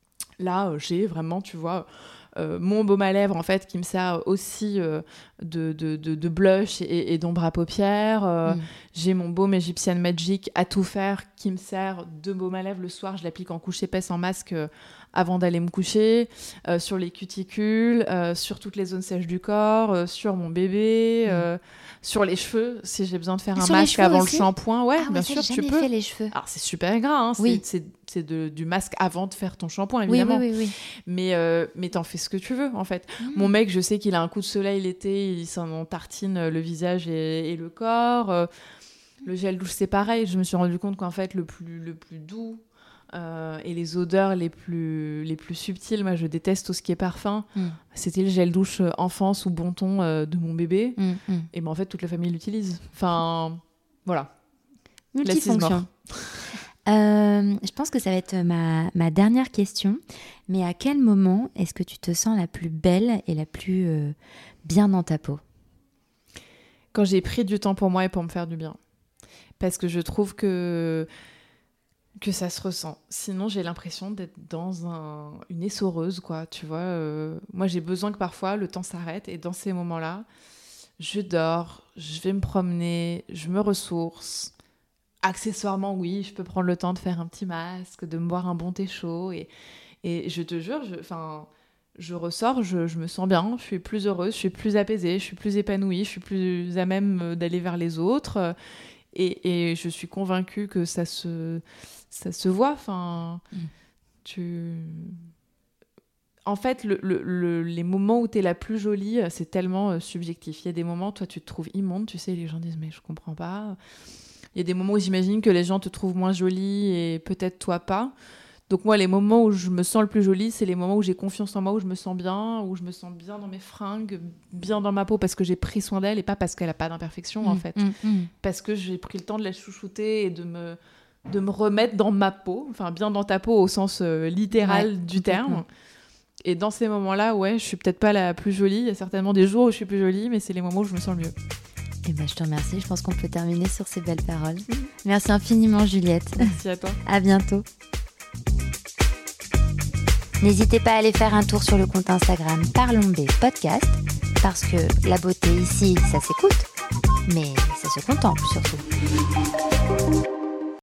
Speaker 5: Là, euh, j'ai vraiment, tu vois, euh, mon baume à lèvres, en fait, qui me sert aussi euh, de, de, de, de blush et, et d'ombre à paupières. Euh, mm. J'ai mon baume Egyptian Magic à tout faire qui me sert de baume à lèvres le soir. Je l'applique en couche épaisse, en masque, euh, avant d'aller me coucher, euh, sur les cuticules, euh, sur toutes les zones sèches du corps, euh, sur mon bébé, mm. euh, sur les cheveux, si j'ai besoin de faire et un masque avant aussi le shampoing. Ouais,
Speaker 4: ah,
Speaker 5: bien
Speaker 4: ouais,
Speaker 5: sûr,
Speaker 4: j'ai
Speaker 5: tu
Speaker 4: jamais
Speaker 5: peux.
Speaker 4: Fait les cheveux.
Speaker 5: Alors, c'est super gras, hein,
Speaker 4: oui.
Speaker 5: c'est, c'est, c'est de, du masque avant de faire ton shampoing, évidemment.
Speaker 4: Oui, oui, oui, oui.
Speaker 5: Mais, euh, mais t'en fais ce que tu veux, en fait. Mmh. Mon mec, je sais qu'il a un coup de soleil l'été, il s'en tartine le visage et, et le corps. Euh, le gel douche, c'est pareil. Je me suis rendu compte qu'en fait, le plus, le plus doux euh, et les odeurs les plus, les plus subtiles, moi, je déteste tout ce qui est parfum. Mmh. C'était le gel douche enfance ou bon ton euh, de mon bébé. Mmh, mmh. Et ben, en fait, toute la famille l'utilise. Enfin, voilà.
Speaker 4: Multifonction. Euh, je pense que ça va être ma, ma dernière question. Mais à quel moment est-ce que tu te sens la plus belle et la plus euh, bien dans ta peau ?
Speaker 5: Quand j'ai pris du temps pour moi et pour me faire du bien. Parce que je trouve que, que ça se ressent. Sinon, j'ai l'impression d'être dans un, une essoreuse, quoi. Tu vois, euh, moi, j'ai besoin que parfois le temps s'arrête. Et dans ces moments-là, je dors, je vais me promener, je me ressource. Accessoirement, oui, je peux prendre le temps de faire un petit masque, de me boire un bon thé chaud. Et, et je te jure, je, je ressors, je, je me sens bien, je suis plus heureuse, je suis plus apaisée, je suis plus épanouie, je suis plus à même d'aller vers les autres. Et, et je suis convaincue que ça se, ça se voit. Enfin, mmh. tu... En fait, le, le, le, les moments où tu es la plus jolie, c'est tellement euh, subjectif. Il y a des moments, toi, tu te trouves immonde, tu sais, les gens disent « mais je comprends pas ». Il y a des moments où j'imagine que les gens te trouvent moins jolie et peut-être toi pas. Donc moi, les moments où je me sens le plus jolie, c'est les moments où j'ai confiance en moi, où je me sens bien, où je me sens bien dans mes fringues, bien dans ma peau parce que j'ai pris soin d'elle et pas parce qu'elle n'a pas d'imperfection, mmh, en fait. Mmh, mmh. Parce que j'ai pris le temps de la chouchouter et de me, de me remettre dans ma peau, enfin bien dans ta peau au sens euh, littéral ouais, du terme. Mmh. Et dans ces moments-là, ouais, je suis peut-être pas la plus jolie. Il y a certainement des jours où je suis plus jolie, mais c'est les moments où je me sens le mieux.
Speaker 4: Eh ben, je te remercie. Je pense qu'on peut terminer sur ces belles paroles. Mmh. Merci infiniment, Juliette.
Speaker 5: Merci à toi.
Speaker 4: À bientôt. N'hésitez pas à aller faire un tour sur le compte Instagram Parlons B Podcast, parce que la beauté ici, ça s'écoute, mais ça se contemple surtout.